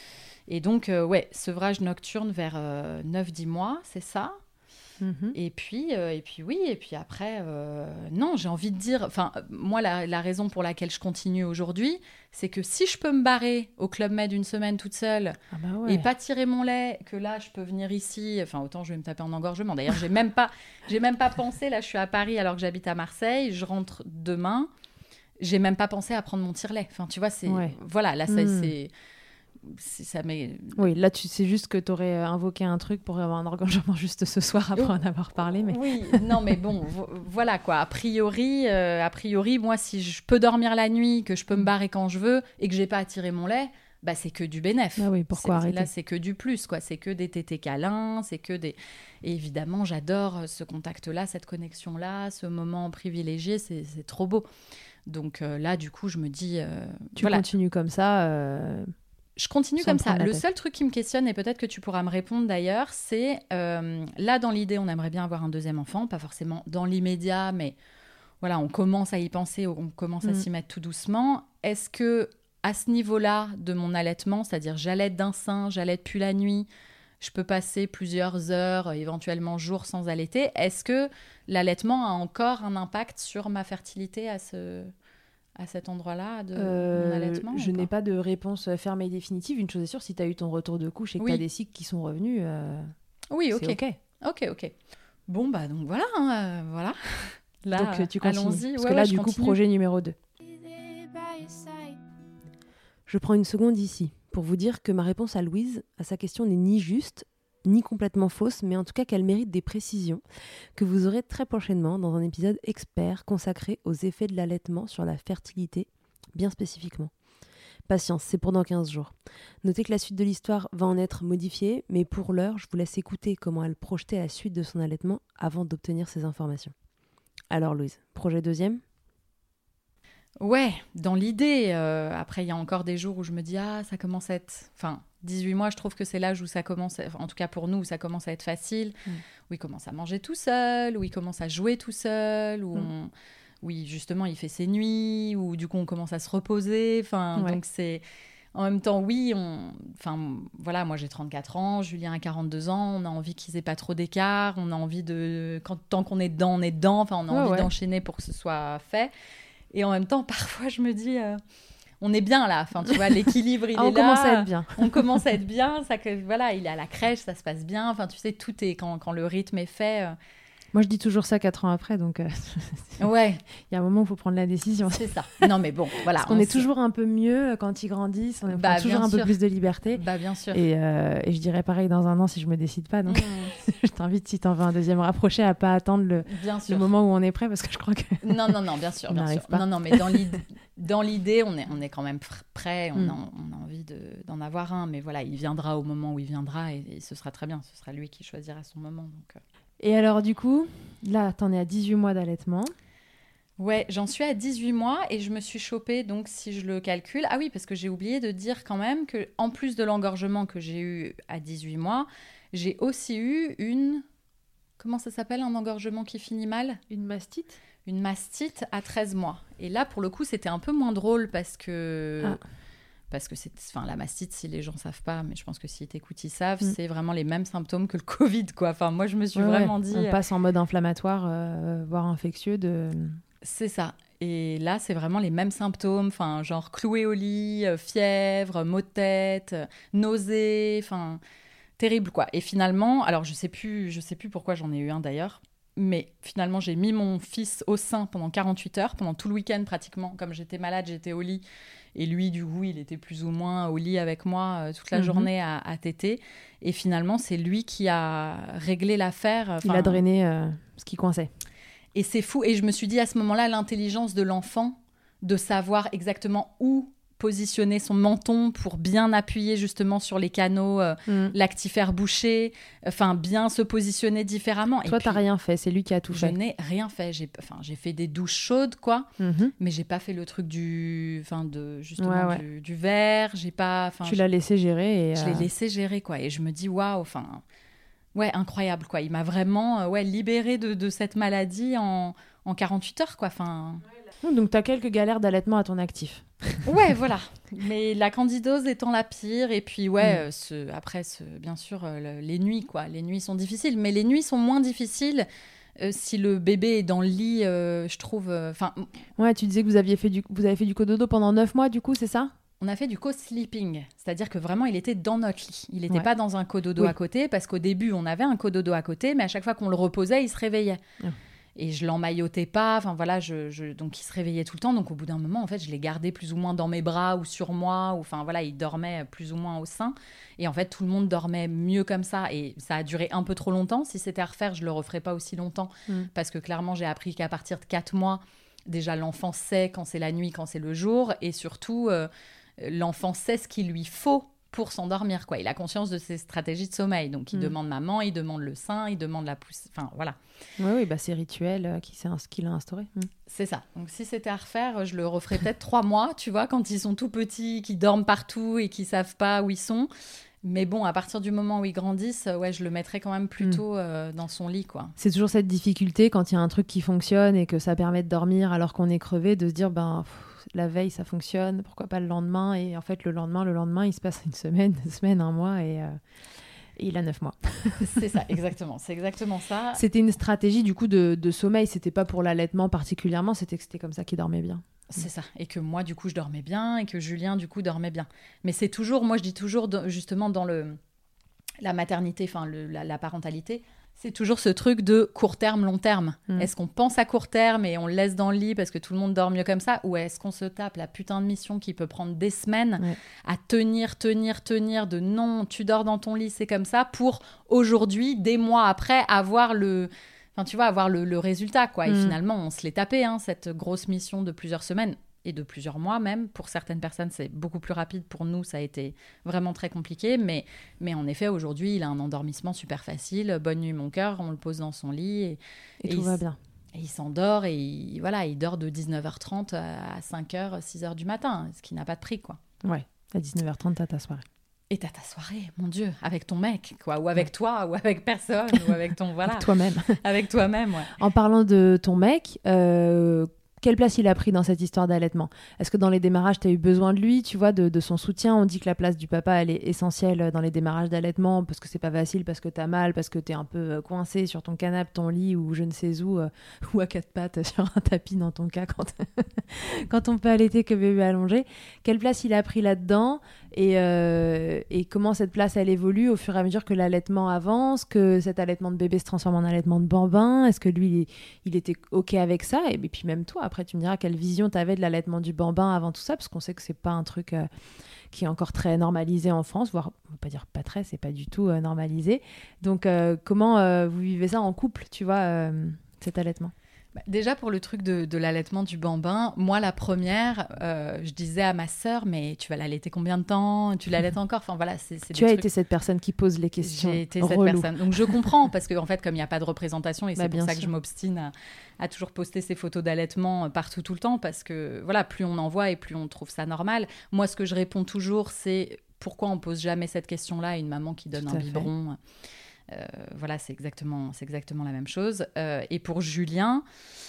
Speaker 2: Et donc, euh, ouais, sevrage nocturne vers euh, neuf dix mois, c'est ça. Mmh. Et puis, euh, et puis oui, et puis après, euh, non, j'ai envie de dire, enfin, moi, la, la raison pour laquelle je continue aujourd'hui, c'est que si je peux me barrer au Club Med une semaine toute seule ah bah ouais. et pas tirer mon lait, que là, je peux venir ici, enfin, autant je vais me taper en engorgement. D'ailleurs, j'ai même pas, j'ai même pas pensé, là, je suis à Paris alors que j'habite à Marseille, je rentre demain, j'ai même pas pensé à prendre mon tire-lait. Enfin, tu vois, c'est, ouais. voilà, là, ça, mmh. c'est... Si ça m'est...
Speaker 1: Oui, là, tu sais juste que tu aurais invoqué un truc pour avoir un engorgement juste ce soir après en avoir parlé. Mais...
Speaker 2: Oui, non, mais bon, vo- voilà quoi. A priori, euh, a priori, moi, si je peux dormir la nuit, que je peux me barrer quand je veux et que j'ai pas à tirer mon lait, bah, c'est que du bénéf.
Speaker 1: Ah oui, pourquoi
Speaker 2: c'est,
Speaker 1: arrêter ?
Speaker 2: Là, c'est que du plus, quoi. C'est que des tétés câlins, c'est que des... Et évidemment, j'adore ce contact-là, cette connexion-là, ce moment privilégié, c'est, c'est trop beau. Donc euh, là, du coup, je me dis... Euh,
Speaker 1: tu
Speaker 2: voilà.
Speaker 1: continues comme ça euh...
Speaker 2: Je continue
Speaker 1: Sans
Speaker 2: comme ça. Le
Speaker 1: tête.
Speaker 2: seul truc qui me questionne, et peut-être que tu pourras me répondre d'ailleurs, c'est euh, là, dans l'idée, on aimerait bien avoir un deuxième enfant, pas forcément dans l'immédiat, mais voilà, on commence à y penser, on commence à
Speaker 1: mmh.
Speaker 2: s'y mettre tout doucement. Est-ce que à ce niveau-là de mon allaitement, c'est-à-dire j'allaite d'un sein, j'allaite plus la nuit, je peux passer plusieurs heures, éventuellement jours sans allaiter, est-ce que l'allaitement a encore un impact sur ma fertilité à ce... à cet endroit-là de
Speaker 1: euh,
Speaker 2: mon allaitement
Speaker 1: Je n'ai pas de réponse ferme et définitive. Une chose est sûre, si tu as eu ton retour de couche et que
Speaker 2: oui.
Speaker 1: tu as des cycles qui sont revenus, euh,
Speaker 2: oui,
Speaker 1: c'est
Speaker 2: ok. Ok, ok. Bon, bah donc voilà, hein, euh, voilà. Là,
Speaker 1: donc euh, tu continues.
Speaker 2: allons-y.
Speaker 1: Parce
Speaker 2: ouais,
Speaker 1: que là,
Speaker 2: ouais,
Speaker 1: du coup,
Speaker 2: continue.
Speaker 1: projet numéro deux. Je prends une seconde ici pour vous dire que ma réponse à Louise, à sa question, n'est ni juste, ni complètement fausse, mais en tout cas qu'elle mérite des précisions que vous aurez très prochainement dans un épisode expert consacré aux effets de l'allaitement sur la fertilité, bien spécifiquement. Patience, c'est pour dans quinze jours. Notez que la suite de l'histoire va en être modifiée, mais pour l'heure, je vous laisse écouter comment elle projetait la suite de son allaitement avant d'obtenir ces informations. Alors Louise, projet deuxième ?
Speaker 2: Ouais, dans l'idée. Euh, après, il y a encore des jours où je me dis, ah, ça commence à être... Enfin, dix-huit mois, je trouve que c'est l'âge où ça commence, à... en tout cas pour nous, où ça commence à être facile, mmh. où il commence à manger tout seul, où il commence à jouer tout seul, où, mmh. on... où il, justement, il fait ses nuits, où du coup, on commence à se reposer. Enfin, ouais. Donc, c'est... En même temps, oui, on... enfin, voilà, moi, j'ai trente-quatre ans, Julien a quarante-deux ans, on a envie qu'ils aient pas trop d'écart, on a envie de... Quand... Tant qu'on est dedans, on est dedans, enfin, on a ouais, envie ouais. d'enchaîner pour que ce soit fait. Et en même temps, parfois, je me dis, euh, on est bien là. Enfin, tu vois, l'équilibre, il
Speaker 1: ah,
Speaker 2: est
Speaker 1: on
Speaker 2: là.
Speaker 1: On commence à être bien.
Speaker 2: on commence à être bien. Ça, que, voilà, il est à la crèche, ça se passe bien. Enfin, tu sais, tout est quand, quand le rythme est fait. Euh...
Speaker 1: Moi, je dis toujours ça quatre ans après, donc euh,
Speaker 2: ouais.
Speaker 1: Il y a un moment où il faut prendre la décision.
Speaker 2: C'est ça. Non, mais bon, voilà.
Speaker 1: Parce qu'on est se... toujours un peu mieux quand ils grandissent. On
Speaker 2: bah,
Speaker 1: a toujours un
Speaker 2: sûr.
Speaker 1: peu plus de liberté.
Speaker 2: Bah, bien sûr.
Speaker 1: Et, euh, et je dirais pareil dans un an si je me décide pas. Donc, mmh. je t'invite, si t'en veux un deuxième rapproché, à pas attendre le, le moment où on est prêt, parce que je crois que
Speaker 2: non, non, non, bien sûr, bien sûr.
Speaker 1: Pas.
Speaker 2: Non, non, mais dans l'idée, dans l'idée, on est, on est quand même prêt. On, mmh. a, on a envie de, d'en avoir un, mais voilà, il viendra au moment où il viendra, et, et ce sera très bien. Ce sera lui qui choisira son moment. Donc.
Speaker 1: Et alors, du coup, là, t'en es à dix-huit mois d'allaitement.
Speaker 2: Ouais, j'en suis à dix-huit mois et je me suis chopée, donc si je le calcule... Ah oui, parce que j'ai oublié de dire quand même qu'en plus de l'engorgement que j'ai eu à dix-huit mois, j'ai aussi eu une... Comment ça s'appelle, un engorgement qui finit mal ?
Speaker 1: Une mastite ?
Speaker 2: Une mastite à treize mois. Et là, pour le coup, c'était un peu moins drôle parce que... Ah. Parce que c'est, enfin, la mastite, si les gens ne savent pas, mais je pense que s'ils t'écoutent, ils savent, mm. c'est vraiment les mêmes symptômes que le Covid, quoi. Enfin, moi, je me suis ouais, vraiment
Speaker 1: ouais.
Speaker 2: dit...
Speaker 1: On passe en mode inflammatoire, euh, voire infectieux. De...
Speaker 2: C'est ça. Et là, c'est vraiment les mêmes symptômes, enfin, genre cloué au lit, euh, fièvre, maux de tête, euh, nausées, enfin, terrible, quoi. Et finalement, alors, je sais plus, je sais plus pourquoi j'en ai eu un, d'ailleurs, mais finalement, j'ai mis mon fils au sein pendant quarante-huit heures, pendant tout le week-end, pratiquement. Comme j'étais malade, j'étais au lit. Et lui, du coup, il était plus ou moins au lit avec moi euh, toute la mmh. journée à, à téter. Et finalement, c'est lui qui a réglé l'affaire.
Speaker 1: Il a drainé euh, ce qui coinçait.
Speaker 2: Et c'est fou. Et je me suis dit, à ce moment-là, l'intelligence de l'enfant, de savoir exactement où positionner son menton pour bien appuyer justement sur les canaux euh, mm. lactifères bouchés, enfin bien se positionner différemment.
Speaker 1: Toi, tu n'as rien fait, c'est lui qui a tout
Speaker 2: je
Speaker 1: fait.
Speaker 2: Je n'ai rien fait. J'ai, enfin, j'ai fait des douches chaudes, quoi, mm-hmm. mais j'ai pas fait le truc du, enfin, de justement ouais, ouais. Du, du verre. J'ai pas.
Speaker 1: Tu l'as laissé gérer. Et
Speaker 2: je
Speaker 1: euh...
Speaker 2: l'ai laissé gérer, quoi. Et je me dis, waouh, enfin, ouais, incroyable, quoi. Il m'a vraiment, euh, ouais, libérée de, de cette maladie en, en quarante-huit heures, quoi. Enfin.
Speaker 1: Donc, tu as quelques galères d'allaitement à ton actif.
Speaker 2: Ouais, voilà. Mais la candidose étant la pire. Et puis, ouais, mm. ce, après, ce, bien sûr, euh, le, les nuits, quoi. Les nuits sont difficiles. Mais les nuits sont moins difficiles euh, si le bébé est dans le lit, euh, je trouve... Enfin. Euh,
Speaker 1: ouais, tu disais que vous, aviez fait du, vous avez fait du cododo pendant neuf mois, du coup, c'est ça ?
Speaker 2: On a fait du co-sleeping. C'est-à-dire que vraiment, il était dans notre lit. Il n'était
Speaker 1: ouais.
Speaker 2: pas dans un cododo oui. à côté. Parce qu'au début, on avait un cododo à côté. Mais à chaque fois qu'on le reposait, il se réveillait. Mm. Et je l'emmaillotais pas, enfin voilà, je, je, donc il se réveillait tout le temps. Donc au bout d'un moment, en fait, je l'ai gardé plus ou moins dans mes bras ou sur moi. Ou, enfin voilà, il dormait plus ou moins au sein. Et en fait, tout le monde dormait mieux comme ça. Et ça a duré un peu trop longtemps. Si c'était à refaire, je le referais pas aussi longtemps. Mm. Parce que clairement, j'ai appris qu'à partir de quatre mois, déjà l'enfant sait quand c'est la nuit, quand c'est le jour. Et surtout... Euh, l'enfant sait ce qu'il lui faut pour s'endormir, quoi. Il a conscience de ses stratégies de sommeil. Donc, il mmh. demande maman, il demande le sein, il demande la pousse... Enfin, voilà.
Speaker 1: Oui, oui, bah, c'est rituel euh, qui, qu'il a instauré. Mmh.
Speaker 2: C'est ça. Donc, si c'était à refaire, je le referais peut-être trois mois, tu vois, quand ils sont tout petits, qui dorment partout et qui ne savent pas où ils sont. Mais bon, à partir du moment où ils grandissent, ouais, je le mettrais quand même plutôt mmh. euh, dans son lit, quoi.
Speaker 1: C'est toujours cette difficulté quand il y a un truc qui fonctionne et que ça permet de dormir alors qu'on est crevé, de se dire, ben... Pff, la veille, ça fonctionne, pourquoi pas le lendemain? Et en fait, le lendemain, le lendemain, il se passe une semaine, deux semaines, un mois, et, euh, et il a neuf mois.
Speaker 2: C'est ça, exactement. C'est exactement ça.
Speaker 1: C'était une stratégie, du coup, de, de sommeil. C'était pas pour l'allaitement particulièrement, c'était que c'était comme ça qu'il dormait bien.
Speaker 2: C'est ça. Et que moi, du coup, je dormais bien, et que Julien, du coup, dormait bien. Mais c'est toujours, moi, je dis toujours, justement, dans le, la maternité, enfin, le, la, la parentalité... C'est toujours ce truc de court terme, long terme. Mmh. Est-ce qu'on pense à court terme et on le laisse dans le lit parce que tout le monde dort mieux comme ça? Ou est-ce qu'on se tape la putain de mission qui peut prendre des semaines ouais. à tenir, tenir, tenir de non, tu dors dans ton lit, c'est comme ça, pour aujourd'hui, des mois après, avoir le... Enfin, tu vois, avoir le, le résultat, quoi. Et mmh. finalement, on se l'est tapé, hein, cette grosse mission de plusieurs semaines. Et de plusieurs mois même. Pour certaines personnes, c'est beaucoup plus rapide. Pour nous, ça a été vraiment très compliqué. Mais, mais en effet, aujourd'hui, il a un endormissement super facile. Bonne nuit, mon cœur. On le pose dans son lit. Et,
Speaker 1: et, et tout va bien.
Speaker 2: Et il s'endort. Et il, voilà, il dort de dix-neuf heures trente à cinq heures, six heures du matin. Ce qui n'a pas de prix, quoi.
Speaker 1: Ouais, à dix-neuf heures trente, t'as ta soirée.
Speaker 2: Et t'as ta soirée, mon Dieu, avec ton mec, quoi. Ou avec ouais. toi, ou avec personne, ou avec ton... Voilà.
Speaker 1: Avec toi-même.
Speaker 2: Avec toi-même, ouais.
Speaker 1: En parlant de ton mec... Euh... Quelle place il a pris dans cette histoire d'allaitement? Est-ce que dans les démarrages, tu as eu besoin de lui, tu vois, de, de son soutien? On dit que la place du papa, elle est essentielle dans les démarrages d'allaitement parce que c'est pas facile, parce que tu as mal, parce que tu es un peu coincé sur ton canapé, ton lit ou je ne sais où, euh, ou à quatre pattes sur un tapis dans ton cas quand, quand on peut allaiter que bébé allongé. Quelle place il a pris là-dedans et, euh, et comment cette place, elle évolue au fur et à mesure que l'allaitement avance, que cet allaitement de bébé se transforme en allaitement de bambin? Est-ce que lui, il, il était OK avec ça? Et, et puis même toi, après, tu me diras quelle vision tu avais de l'allaitement du bambin avant tout ça, parce qu'on sait que c'est pas un truc euh, qui est encore très normalisé en France, voire, on va pas dire pas très, c'est pas du tout euh, normalisé. Donc, euh, comment euh, vous vivez ça en couple, tu vois, euh, cet allaitement?
Speaker 2: Bah, déjà, pour le truc de, de l'allaitement du bambin, moi, la première, euh, je disais à ma sœur, mais tu vas l'allaiter combien de temps? Tu l'allaites encore? Enfin, voilà, c'est, c'est
Speaker 1: tu as
Speaker 2: trucs...
Speaker 1: été cette personne qui pose les questions.
Speaker 2: J'ai été
Speaker 1: relou.
Speaker 2: cette personne. Donc, je comprends, parce qu'en en fait, comme il n'y a pas de représentation, et bah, c'est pour ça sûr. que je m'obstine à, à toujours poster ces photos d'allaitement partout, tout le temps, parce que, voilà, plus on en voit et plus on trouve ça normal. Moi, ce que je réponds toujours, c'est pourquoi on pose jamais cette question-là à une maman qui donne tout un biberon fait. Euh, voilà, c'est exactement, c'est exactement la même chose. Euh, et pour Julien...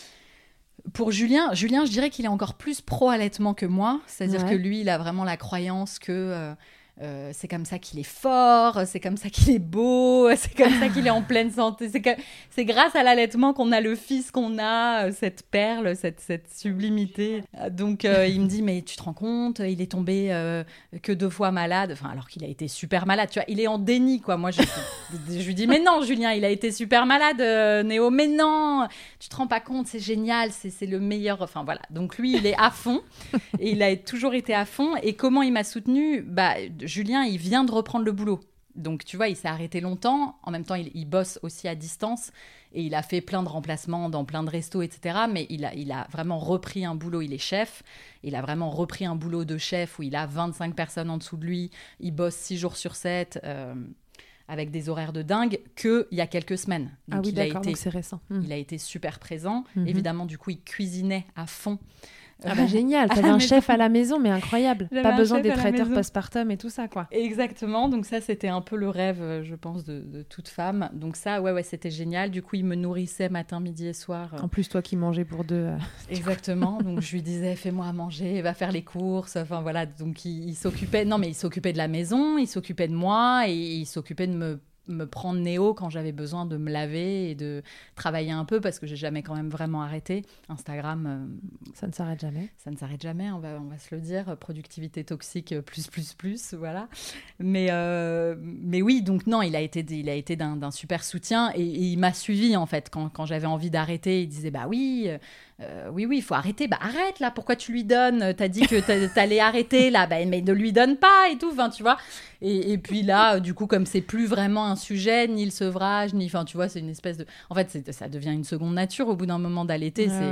Speaker 2: Pour Julien, Julien, je dirais qu'il est encore plus pro-allaitement que moi. C'est-à-dire ouais. que lui, il a vraiment la croyance que euh, euh, c'est comme ça qu'il est fort, c'est comme ça qu'il est beau, c'est comme ça qu'il est en pleine santé. C'est, que... c'est grâce à l'allaitement qu'on a le fils qu'on a, cette perle, cette, cette sublimité. Donc, euh, il me dit, mais tu te rends compte, il est tombé euh, que deux fois malade, enfin, alors qu'il a été super malade. Tu vois, il est en déni, quoi. Moi, je, je lui dis, mais non, Julien, il a été super malade, euh, Néo, mais non, tu te rends pas compte, c'est génial, c'est, c'est le meilleur. Enfin, voilà. Donc, lui, il est à fond et il a toujours été à fond. Et comment il m'a soutenue? Bah, Julien, il vient de reprendre le boulot. Donc, tu vois, il s'est arrêté longtemps. En même temps, il, il bosse aussi à distance. Et il a fait plein de remplacements dans plein de restos, et cetera. Mais il a, il a vraiment repris un boulot. Il est chef. Il a vraiment repris un boulot de chef où il a vingt-cinq personnes en dessous de lui. Il bosse six jours sur sept, euh, avec des horaires de dingue, qu'il y a quelques semaines.
Speaker 1: Donc, ah oui,
Speaker 2: il
Speaker 1: d'accord,
Speaker 2: a été,
Speaker 1: donc c'est récent. Mmh.
Speaker 2: Il a été super présent.
Speaker 1: Mmh.
Speaker 2: Évidemment, du coup, il cuisinait à fond.
Speaker 1: Ah bah génial, t'avais un chef à la maison, mais incroyable.
Speaker 2: J'avais
Speaker 1: pas besoin des traiteurs postpartum et tout ça, quoi.
Speaker 2: Exactement, donc ça, c'était un peu le rêve, je pense, de, de toute femme. Donc ça, ouais, ouais, c'était génial. Du coup, il me nourrissait matin, midi et soir.
Speaker 1: En plus, toi qui mangeais pour deux. Euh...
Speaker 2: Exactement, donc je lui disais, fais-moi à manger, va faire les courses. Enfin, voilà, donc il, il s'occupait... Non, mais il s'occupait de la maison, il s'occupait de moi et il s'occupait de me... me prendre Néo quand j'avais besoin de me laver et de travailler un peu parce que j'ai jamais quand même vraiment arrêté. Instagram, euh,
Speaker 1: ça ne s'arrête jamais.
Speaker 2: Ça ne s'arrête jamais, on va, on va se le dire. Productivité toxique, plus, plus, plus, voilà. Mais, euh, mais oui, donc non, il a été, il a été d'un, d'un super soutien et, et il m'a suivi en fait. Quand, quand j'avais envie d'arrêter, il disait bah oui... Euh, oui, oui, il faut arrêter. Bah, arrête, là, pourquoi tu lui donnes? T'as dit que t'a, t'allais arrêter, là, bah, mais ne lui donne pas et tout, enfin, tu vois. Et, et puis là, du coup, comme c'est plus vraiment un sujet, ni le sevrage, ni, enfin, tu vois, c'est une espèce de... En fait, c'est, ça devient une seconde nature au bout d'un moment d'allaiter.
Speaker 1: Ouais,
Speaker 2: c'est...
Speaker 1: ouais.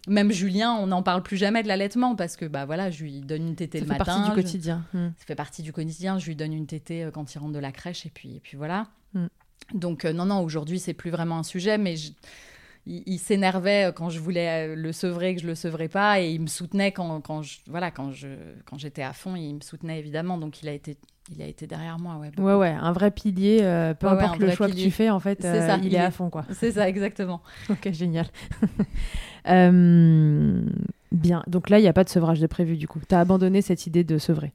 Speaker 2: Même Julien, on n'en parle plus jamais de l'allaitement parce que bah voilà, je lui donne une tétée
Speaker 1: ça
Speaker 2: le
Speaker 1: fait
Speaker 2: matin.
Speaker 1: partie du
Speaker 2: je...
Speaker 1: quotidien. Mm.
Speaker 2: Ça fait partie du quotidien. Je lui donne une tétée quand il rentre de la crèche et puis, et puis voilà.
Speaker 1: Mm.
Speaker 2: Donc euh, non, non, aujourd'hui, c'est plus vraiment un sujet, mais je... il, il s'énervait quand je voulais le sevrer, que je le sevrais pas, et il me soutenait quand, quand, je... voilà, quand, je... quand j'étais à fond, il me soutenait évidemment. Donc il a été, il a été derrière moi. Ouais,
Speaker 1: ouais, ouais, un vrai pilier. Euh, peu
Speaker 2: ouais,
Speaker 1: importe
Speaker 2: ouais,
Speaker 1: le choix
Speaker 2: pilier.
Speaker 1: que tu fais, en fait, euh,
Speaker 2: ça,
Speaker 1: il, il est, est à fond, quoi.
Speaker 2: C'est ça, exactement.
Speaker 1: Ok, génial. euh... Bien, donc là, il n'y a pas de sevrage de prévu, du coup. Tu as abandonné cette idée de sevrer.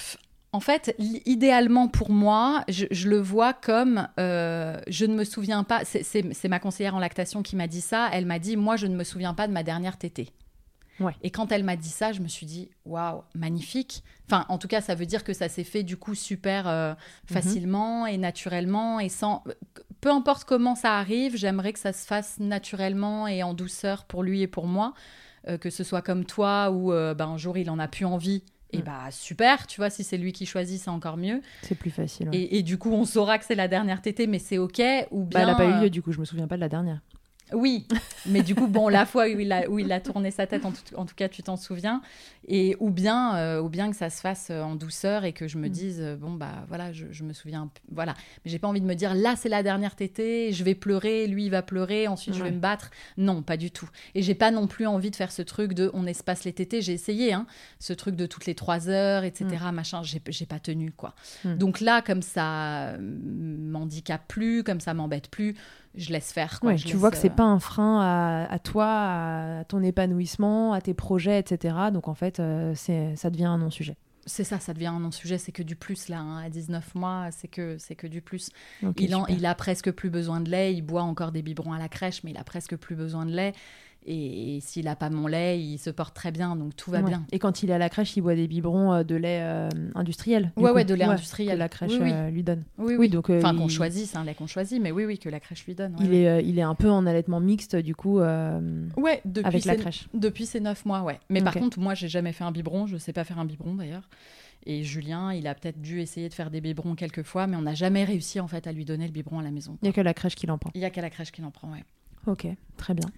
Speaker 2: En fait, idéalement pour moi, je, je le vois comme, euh, je ne me souviens pas, c'est, c'est, c'est ma conseillère en lactation qui m'a dit ça, elle m'a dit, moi, je ne me souviens pas de ma dernière tétée.
Speaker 1: Ouais.
Speaker 2: Et quand elle m'a dit ça, je me suis dit, waouh, magnifique. Enfin, en tout cas, ça veut dire que ça s'est fait du coup super euh, facilement mm-hmm. et naturellement et sans... Peu importe comment ça arrive, j'aimerais que ça se fasse naturellement et en douceur pour lui et pour moi. Euh, que ce soit comme toi où euh, bah, un jour il en a plus envie et mm. bah super, tu vois, si c'est lui qui choisit, c'est encore mieux,
Speaker 1: c'est plus facile, ouais.
Speaker 2: et, et du coup on saura que c'est la dernière tétée, mais c'est ok, ou bien
Speaker 1: bah, elle n'a pas eu lieu, du coup je me souviens pas de la dernière.
Speaker 2: Oui, mais du coup, bon, la fois où il a, où il a tourné sa tête, en tout, en tout cas, tu t'en souviens. Et, ou, bien, euh, ou bien que ça se fasse en douceur et que je me dise, euh, bon, bah voilà, je, je me souviens. Voilà. Mais j'ai pas envie de me dire, là, c'est la dernière tétée, je vais pleurer, lui, il va pleurer, ensuite, ouais. je vais me battre. Non, pas du tout. Et j'ai pas non plus envie de faire ce truc de, on espace les tétées. J'ai essayé, hein, ce truc de toutes les trois heures, et cetera, mm. machin, j'ai, j'ai pas tenu, quoi. Mm. Donc là, comme ça m'handicape plus, comme ça m'embête plus, je laisse faire, quoi.
Speaker 1: Ouais,
Speaker 2: je
Speaker 1: tu
Speaker 2: laisse,
Speaker 1: vois que c'est
Speaker 2: euh...
Speaker 1: pas un frein à, à toi, à ton épanouissement, à tes projets, et cetera. Donc en fait, euh, c'est, ça devient un non-sujet.
Speaker 2: C'est ça, ça devient un non-sujet, c'est que du plus là, hein. À dix-neuf mois, c'est que, c'est que du plus.
Speaker 1: Okay,
Speaker 2: il, en, il a presque plus besoin de lait, il boit encore des biberons à la crèche, mais il a presque plus besoin de lait. Et, et s'il n'a pas mon lait, il se porte très bien, donc tout va
Speaker 1: ouais.
Speaker 2: bien.
Speaker 1: Et quand il est à la crèche, il boit des biberons euh, de lait euh, industriel.
Speaker 2: Ouais,
Speaker 1: coup.
Speaker 2: ouais, de lait
Speaker 1: ouais,
Speaker 2: industriel.
Speaker 1: Que la crèche
Speaker 2: oui, oui.
Speaker 1: Euh, lui donne.
Speaker 2: Oui, oui.
Speaker 1: oui donc, euh,
Speaker 2: enfin,
Speaker 1: il...
Speaker 2: qu'on choisit, c'est un lait qu'on choisit, mais oui, oui, que la crèche lui donne. Ouais,
Speaker 1: il,
Speaker 2: ouais.
Speaker 1: Est, euh, il est un peu en allaitement mixte, du coup, euh,
Speaker 2: ouais, depuis
Speaker 1: avec la
Speaker 2: ses...
Speaker 1: crèche.
Speaker 2: Depuis ses neuf mois, ouais. Mais okay. Par contre, moi, j'ai jamais fait un biberon, je sais pas faire un biberon d'ailleurs. Et Julien, il a peut-être dû essayer de faire des biberons quelques fois, mais on n'a jamais réussi en fait à lui donner le biberon à la maison.
Speaker 1: Il n'y a que la crèche qui l'en prend.
Speaker 2: Il n'y a qu'à la crèche qui l'en prend, ouais.
Speaker 1: Ok, très bien.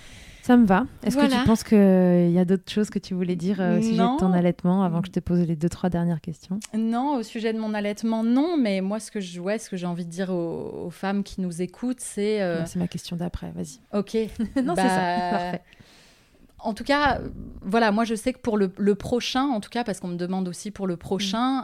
Speaker 1: Ça me va. Est-ce voilà. que tu penses qu'il y a d'autres choses que tu voulais dire euh, au sujet non. de ton allaitement avant que je te pose les deux, trois dernières questions ?
Speaker 2: Non, au sujet de mon allaitement, non. Mais moi, ce que, je, ouais, ce que j'ai envie de dire aux, aux femmes qui nous écoutent, c'est... Euh...
Speaker 1: Bah, c'est ma question d'après, vas-y.
Speaker 2: Ok.
Speaker 1: non,
Speaker 2: bah...
Speaker 1: c'est ça. Parfait.
Speaker 2: En tout cas, voilà, moi, je sais que pour le, le prochain, en tout cas, parce qu'on me demande aussi pour le prochain... Mmh.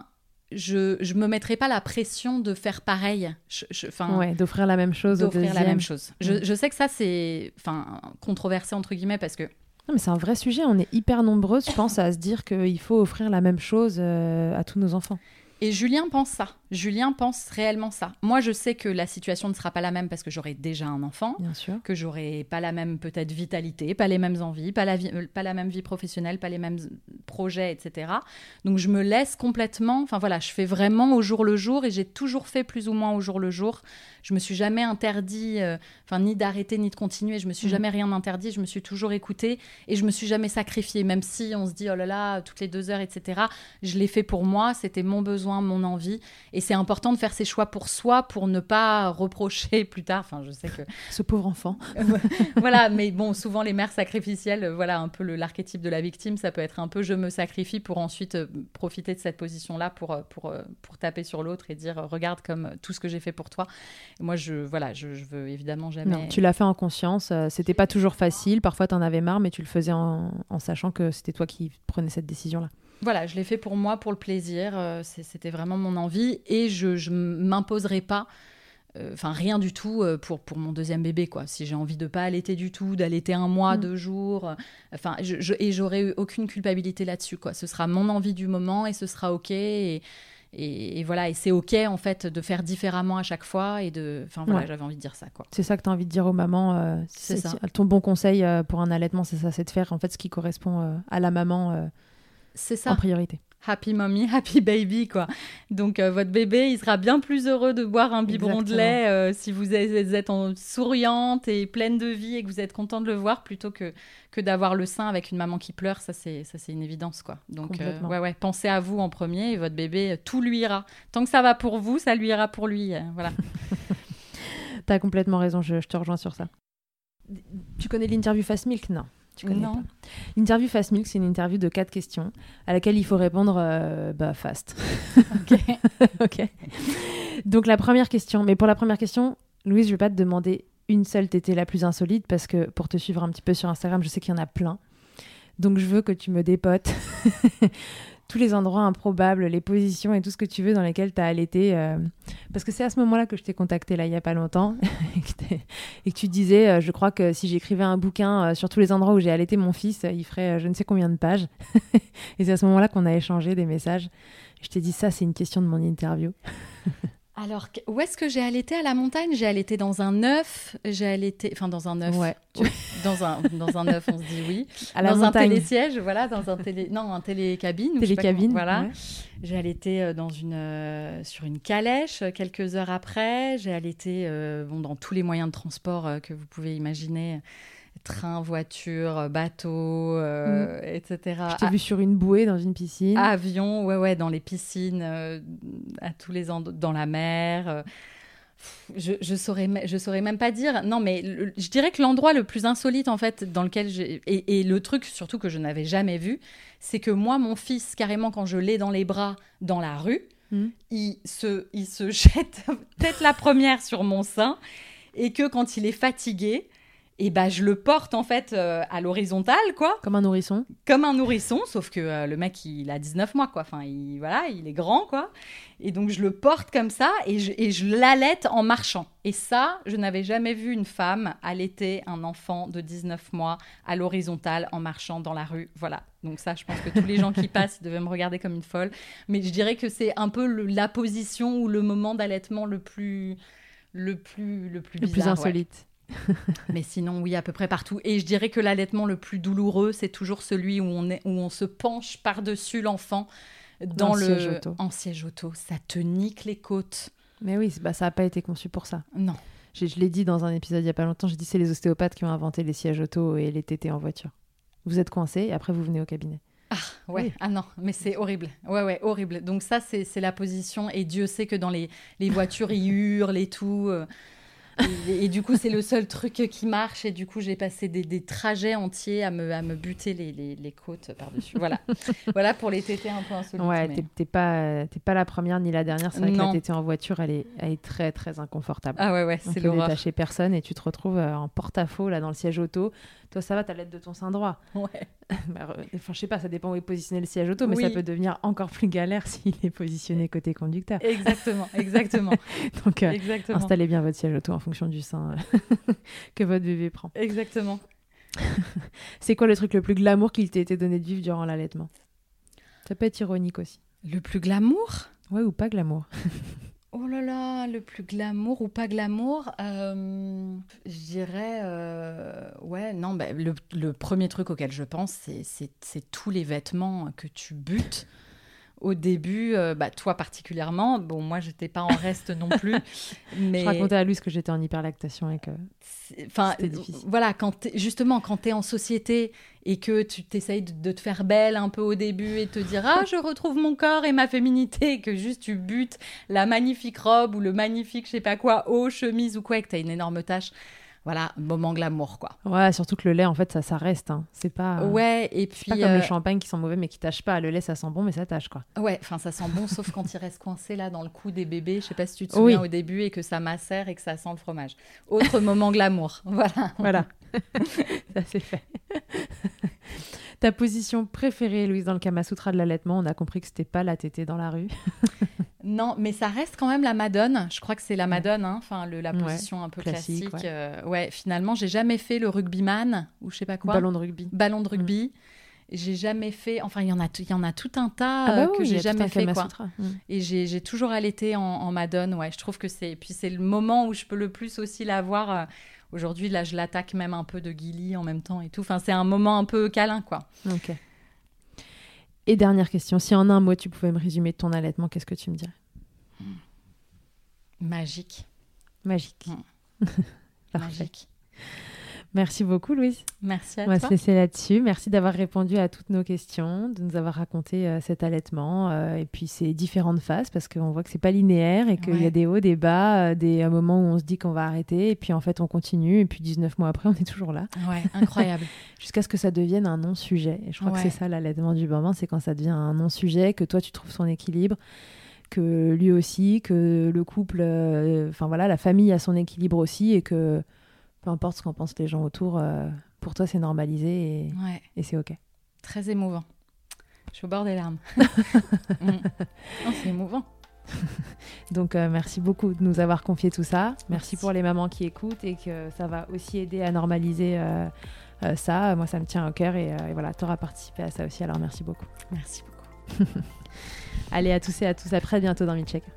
Speaker 2: Je je me mettrai pas la pression de faire pareil. Je, je,
Speaker 1: ouais, d'offrir la même chose
Speaker 2: d'offrir
Speaker 1: au deuxième.
Speaker 2: la même chose. Je, mmh. je sais que ça, c'est controversé, entre guillemets, parce que...
Speaker 1: Non, mais c'est un vrai sujet. On est hyper nombreuses, je pense, à se dire qu'il faut offrir la même chose euh, à tous nos enfants.
Speaker 2: Et Julien pense ça. Julien pense réellement ça. Moi, je sais que la situation ne sera pas la même parce que j'aurai déjà un enfant.
Speaker 1: Bien sûr.
Speaker 2: Que j'aurai pas la même, peut-être, vitalité, pas les mêmes envies, pas la, vie, pas la même vie professionnelle, pas les mêmes projets, et cetera. Donc, je me laisse complètement... Enfin, voilà, je fais vraiment au jour le jour et j'ai toujours fait plus ou moins au jour le jour. Je me suis jamais interdit, euh, enfin, ni d'arrêter, ni de continuer. Je me suis mmh. jamais rien interdit. Je me suis toujours écoutée et je me suis jamais sacrifiée. Même si on se dit, oh là là, toutes les deux heures, et cetera. Je l'ai fait pour moi. C'était mon besoin, mon envie. Et c'est important de faire ses choix pour soi, pour ne pas reprocher plus tard. Enfin, je sais que...
Speaker 1: Ce pauvre enfant.
Speaker 2: Voilà, mais bon, souvent les mères sacrificielles, voilà, un peu le, l'archétype de la victime, ça peut être un peu je me sacrifie pour ensuite euh, profiter de cette position-là pour, pour, euh, pour taper sur l'autre et dire euh, regarde comme tout ce que j'ai fait pour toi. Et moi, je, voilà, je, je veux évidemment jamais...
Speaker 1: Non, tu l'as fait en conscience, euh, c'était pas toujours facile, parfois t'en avais marre, mais tu le faisais en, en sachant que c'était toi qui prenais cette décision-là.
Speaker 2: Voilà, je l'ai fait pour moi, pour le plaisir, euh, c'est, c'était vraiment mon envie et je ne m'imposerai pas, enfin euh, rien du tout euh, pour, pour mon deuxième bébé, quoi. Si j'ai envie de ne pas allaiter du tout, d'allaiter un mois, mmh. deux jours, enfin, euh, je, je, et j'aurai eu aucune culpabilité là-dessus, quoi. Ce sera mon envie du moment et ce sera OK et, et, et voilà, et c'est OK en fait de faire différemment à chaque fois et de, enfin voilà, ouais. j'avais envie de dire ça, quoi.
Speaker 1: C'est ça que tu as envie de dire aux mamans, euh, c'est, c'est ça. Ton bon conseil euh, pour un allaitement, c'est ça, c'est de faire en fait ce qui correspond euh, à la maman. Euh,
Speaker 2: C'est ça.
Speaker 1: En priorité.
Speaker 2: Happy mommy, happy baby, quoi. Donc, euh, votre bébé, il sera bien plus heureux de boire un biberon Exactement. de lait euh, si vous êtes, êtes en, souriante et pleine de vie et que vous êtes content de le voir plutôt que, que d'avoir le sein avec une maman qui pleure. Ça, c'est, ça, c'est une évidence, quoi. Donc, euh, ouais, ouais, pensez à vous en premier et votre bébé, tout lui ira. Tant que ça va pour vous, ça lui ira pour lui. Euh, voilà.
Speaker 1: T'as complètement raison, je, je te rejoins sur ça. Tu connais l'interview Fast Milk ? Non. Tu connais
Speaker 2: Non.
Speaker 1: pas. L'interview Fast Milk, c'est une interview de quatre questions à laquelle il faut répondre euh, bah, fast.
Speaker 2: Ok.
Speaker 1: Ok. Donc la première question, mais pour la première question, Louise, je vais pas te demander une seule tétée la plus insolite parce que pour te suivre un petit peu sur Instagram, je sais qu'il y en a plein. Donc je veux que tu me dépotes tous les endroits improbables, les positions et tout ce que tu veux dans lesquels tu as allaité. Euh... Parce que c'est à ce moment-là que je t'ai contacté, là, il n'y a pas longtemps, et, que et que tu disais, euh, je crois que si j'écrivais un bouquin euh, sur tous les endroits où j'ai allaité mon fils, euh, il ferait euh, je ne sais combien de pages. Et c'est à ce moment-là qu'on a échangé des messages. Je t'ai dit, ça, c'est une question de mon interview.
Speaker 2: Alors, où est-ce que j'ai allaité à la montagne ? J'ai allaité dans un œuf, j'ai allaité... Enfin, dans un œuf.
Speaker 1: Ouais.
Speaker 2: Tu... dans, un, dans un œuf, on se dit oui.
Speaker 1: À la
Speaker 2: dans
Speaker 1: montagne.
Speaker 2: un télésiège, voilà, dans un télé... Non, un télécabine.
Speaker 1: Télécabine,
Speaker 2: comment... Voilà.
Speaker 1: Ouais.
Speaker 2: J'ai allaité dans une, euh, sur une calèche quelques heures après. J'ai allaité euh, bon, dans tous les moyens de transport euh, que vous pouvez imaginer. Train, voiture, bateau, euh, mmh. et cetera.
Speaker 1: Je t'ai ah. vu sur une bouée dans une piscine.
Speaker 2: Avion, ouais, ouais, dans les piscines, euh, à tous les end- dans la mer. Euh, je, je saurais, je saurais même pas dire. Non, mais le, je dirais que l'endroit le plus insolite, en fait, dans lequel j'ai... Et, et le truc, surtout, que je n'avais jamais vu, c'est que moi, mon fils, carrément, quand je l'ai dans les bras, dans la rue, mmh. il, se, il se jette tête la première sur mon sein, et que quand il est fatigué... Et bah, je le porte en fait euh, à l'horizontale, quoi.
Speaker 1: Comme un nourrisson.
Speaker 2: Comme un nourrisson, sauf que euh, le mec, il a dix-neuf mois, quoi. Enfin, il, voilà, il est grand, quoi. Et donc, je le porte comme ça et je, et je l'allaite en marchant. Et ça, je n'avais jamais vu une femme allaiter un enfant de dix-neuf mois à l'horizontale en marchant dans la rue. Voilà. Donc ça, je pense que tous les gens qui passent, ils devaient me regarder comme une folle. Mais je dirais que c'est un peu le, la position ou le moment d'allaitement le plus, le plus, le plus
Speaker 1: le
Speaker 2: bizarre.
Speaker 1: Le plus insolite. Ouais.
Speaker 2: Mais sinon, oui, à peu près partout. Et je dirais que l'allaitement le plus douloureux, c'est toujours celui où on, est, où on se penche par-dessus l'enfant dans
Speaker 1: en
Speaker 2: le
Speaker 1: siège auto.
Speaker 2: En siège auto. Ça te nique les côtes.
Speaker 1: Mais oui, bah, ça n'a pas été conçu pour ça.
Speaker 2: Non.
Speaker 1: Je, je l'ai dit dans un épisode il n'y a pas longtemps, j'ai dit c'est les ostéopathes qui ont inventé les sièges auto et les tétés en voiture. Vous êtes coincé et après vous venez au cabinet.
Speaker 2: Ah ouais, oui. Ah non, mais c'est horrible. Ouais, ouais, horrible. Donc ça, c'est, c'est la position. Et Dieu sait que dans les, les voitures, ils hurlent et tout... Euh... Et, et du coup, c'est le seul truc qui marche. Et du coup, j'ai passé des, des trajets entiers à me, à me buter les, les, les côtes par-dessus. Voilà. Voilà pour les tétés un peu insolites.
Speaker 1: Ouais,
Speaker 2: mais...
Speaker 1: t'es, t'es, pas, t'es pas la première ni la dernière. C'est vrai non. que la tétée en voiture, elle est, elle est très, très inconfortable.
Speaker 2: Ah ouais, ouais, c'est l'horreur.
Speaker 1: On peut détacher personne et tu te retrouves en porte-à-faux là, dans le siège auto. Toi, ça va, t'as l'aide de ton sein droit.
Speaker 2: Ouais.
Speaker 1: Bah, enfin, je sais pas, ça dépend où est positionné le siège auto, mais
Speaker 2: oui.
Speaker 1: ça peut devenir encore plus galère s'il est positionné côté conducteur.
Speaker 2: Exactement, exactement.
Speaker 1: Donc, euh,
Speaker 2: exactement.
Speaker 1: installez bien votre siège auto en fonction du sein que votre bébé prend.
Speaker 2: Exactement.
Speaker 1: C'est quoi le truc le plus glamour qu'il t'ait été donné de vivre durant l'allaitement ? Ça peut être ironique aussi.
Speaker 2: Le plus glamour ?
Speaker 1: Ouais, ou pas glamour.
Speaker 2: Oh là là, le plus glamour ou pas glamour, euh, je dirais, euh, ouais, non, bah, le, le premier truc auquel je pense, c'est, c'est, c'est tous les vêtements que tu butes. Au début, euh, bah, toi particulièrement, bon, moi, j'étais pas en reste non plus. Mais...
Speaker 1: Je racontais à Louise que j'étais en hyperlactation et que
Speaker 2: enfin,
Speaker 1: c'était difficile.
Speaker 2: Voilà, quand t'es, justement, quand tu es en société et que tu t'essayes de, de te faire belle un peu au début et te dire « Ah, je retrouve mon corps et ma féminité », et que juste tu butes la magnifique robe ou le magnifique, je sais pas quoi, haut, chemise ou quoi, et que tu as une énorme tache. Voilà, moment glamour, quoi.
Speaker 1: Ouais, surtout que le lait, en fait, ça, ça reste. Hein. C'est pas. Euh...
Speaker 2: Ouais, et puis.
Speaker 1: C'est pas comme euh... le champagne qui sent mauvais mais qui tâche pas. Le lait, ça sent bon, mais ça tâche, quoi.
Speaker 2: Ouais, enfin, ça sent bon, sauf quand il reste coincé là dans le cou des bébés. Je sais pas si tu te souviens oui. au début et que ça macère et que ça sent le fromage. Autre moment glamour. Voilà.
Speaker 1: Voilà. Ça, c'est fait. Ta position préférée, Louise, dans le Kama Sutra de l'allaitement, on a compris que c'était pas la tétée dans la rue.
Speaker 2: Non, mais ça reste quand même la madone. Je crois que c'est la madone, hein. Enfin, le, la position
Speaker 1: ouais,
Speaker 2: un peu
Speaker 1: classique.
Speaker 2: classique.
Speaker 1: Ouais.
Speaker 2: Euh, ouais, finalement, j'ai jamais fait le rugbyman ou je sais pas quoi.
Speaker 1: Ballon de rugby.
Speaker 2: Ballon de rugby. Mmh. J'ai jamais fait. Enfin, il y en a, il y en a tout un tas
Speaker 1: ah bah
Speaker 2: euh,
Speaker 1: oui,
Speaker 2: que j'ai jamais fait, quoi.
Speaker 1: Mmh.
Speaker 2: Et j'ai, j'ai toujours allaité en, en madone. Ouais, je trouve que c'est. Puis c'est le moment où je peux le plus aussi l'avoir. Euh... Aujourd'hui, là, je l'attaque même un peu de Guilly en même temps et tout. Enfin, c'est un moment un peu câlin, quoi.
Speaker 1: Ok. Et dernière question, si en un mot tu pouvais me résumer ton allaitement, qu'est-ce que tu me dirais ?
Speaker 2: Magique.
Speaker 1: Magique.
Speaker 2: Mmh.
Speaker 1: Parfait.
Speaker 2: Magique.
Speaker 1: Merci beaucoup, Louise.
Speaker 2: Merci à
Speaker 1: On va
Speaker 2: toi.
Speaker 1: se laisser là-dessus. Merci d'avoir répondu à toutes nos questions, de nous avoir raconté euh, cet allaitement euh, et puis ses différentes phases, parce qu'on voit que c'est pas linéaire et qu'il
Speaker 2: Ouais.
Speaker 1: y a des hauts, des bas, euh, des euh, moments où on se dit qu'on va arrêter et puis en fait on continue et puis dix-neuf mois après on est toujours là.
Speaker 2: Ouais, incroyable.
Speaker 1: Jusqu'à ce que ça devienne un non-sujet. Et je crois
Speaker 2: Ouais.
Speaker 1: que c'est ça l'allaitement du bambin, c'est quand ça devient un non-sujet, que toi tu trouves son équilibre, que lui aussi, que le couple, euh, enfin voilà, la famille a son équilibre aussi et que peu importe ce qu'en pensent les gens autour, euh, pour toi c'est normalisé et,
Speaker 2: Ouais,
Speaker 1: et c'est ok.
Speaker 2: très émouvant. Je suis au bord des larmes. Mm. Non, c'est émouvant.
Speaker 1: Donc euh, merci beaucoup de nous avoir confié tout ça. Merci,
Speaker 2: Merci.
Speaker 1: pour les mamans qui écoutent et que ça va aussi aider à normaliser euh, euh, ça. Moi ça me tient au cœur et, euh, et voilà, tu auras participé à ça aussi, alors merci beaucoup.
Speaker 2: Merci beaucoup.
Speaker 1: Allez, à tous et à tous, à très bientôt dans Milchecker.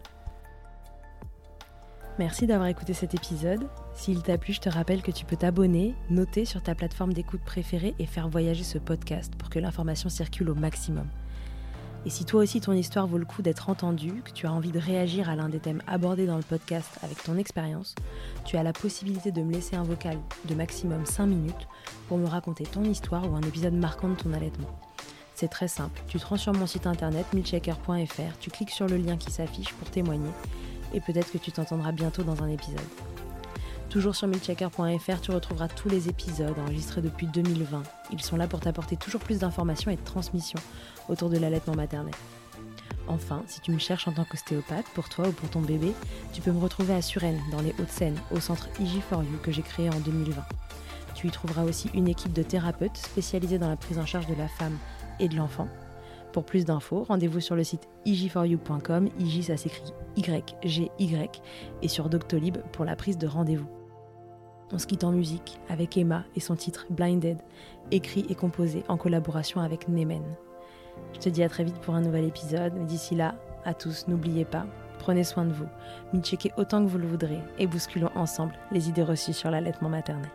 Speaker 1: Merci d'avoir écouté cet épisode. S'il t'a plu, je te rappelle que tu peux t'abonner, noter sur ta plateforme d'écoute préférée et faire voyager ce podcast pour que l'information circule au maximum. Et si toi aussi ton histoire vaut le coup d'être entendue, que tu as envie de réagir à l'un des thèmes abordés dans le podcast avec ton expérience, tu as la possibilité de me laisser un vocal de maximum cinq minutes pour me raconter ton histoire ou un épisode marquant de ton allaitement. C'est très simple, tu te rends sur mon site internet milchecker point f r, tu cliques sur le lien qui s'affiche pour témoigner et peut-être que tu t'entendras bientôt dans un épisode. Toujours sur milchecker point f r, tu retrouveras tous les épisodes enregistrés depuis deux mille vingt. Ils sont là pour t'apporter toujours plus d'informations et de transmissions autour de l'allaitement maternel. Enfin, si tu me cherches en tant qu'ostéopathe, pour toi ou pour ton bébé, tu peux me retrouver à Suresnes, dans les Hauts-de-Seine, au centre I G four U que j'ai créé en deux mille vingt. Tu y trouveras aussi une équipe de thérapeutes spécialisés dans la prise en charge de la femme et de l'enfant. Pour plus d'infos, rendez-vous sur le site i j four u point com, I J ça s'écrit Y G Y, et sur Doctolib pour la prise de rendez-vous. On se quitte en musique avec Emma et son titre Blinded, écrit et composé en collaboration avec Nemen. Je te dis à très vite pour un nouvel épisode, mais d'ici là, à tous, n'oubliez pas, prenez soin de vous, milcheckez autant que vous le voudrez et bousculons ensemble les idées reçues sur l'allaitement maternel.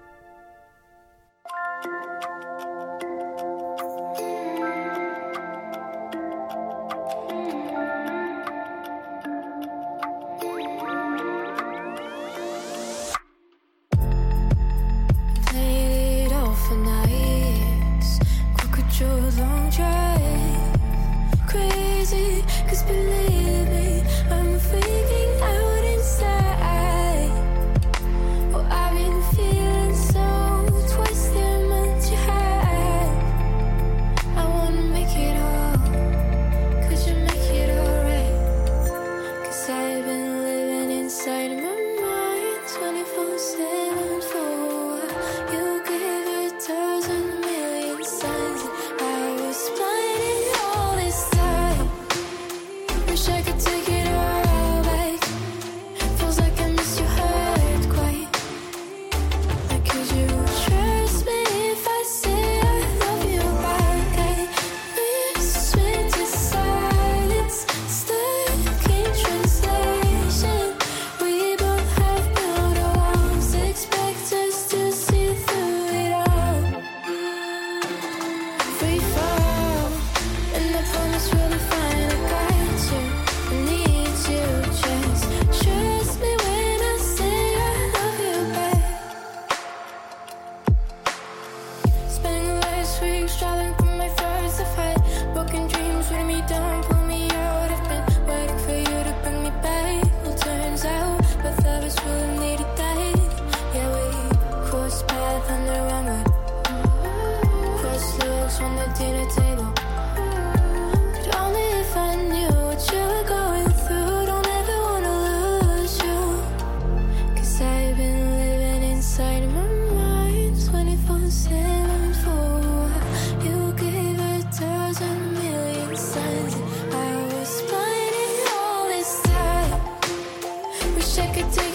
Speaker 3: Played it off for nights, crooked your long drive. Crazy, cause believe me, I'm freaking out inside. Oh, I've been feeling so twisted, meant to hide. I wanna make it all, could you make it alright? Cause I've been living inside my mind twenty-four seven for you give a dozen million signs. I was blinded all this time. Wish I could take it all back. Feels like I miss your heart quite. Like, could you trust me if I say I love you back? I whispered to silence, stuck in translation. We both have built walls, expect us to see through it all. Free fall, and I promise we'll be fine. I got you, I need you. Just trust me when I say I love you back. Spending last week struggling for my first fight. Broken dreams weighing me down, pull me out. I've been waiting for you to bring me back. Well, turns out both of us really needed that. Yeah, we crossed paths on the wrong way. Cross looks on the dinner table. But only if I knew what you were going through. Don't ever wanna lose you. Cause I've been living inside my mind twenty-four seven for you gave a dozen million signs. I was blinded all this time. Wish I could take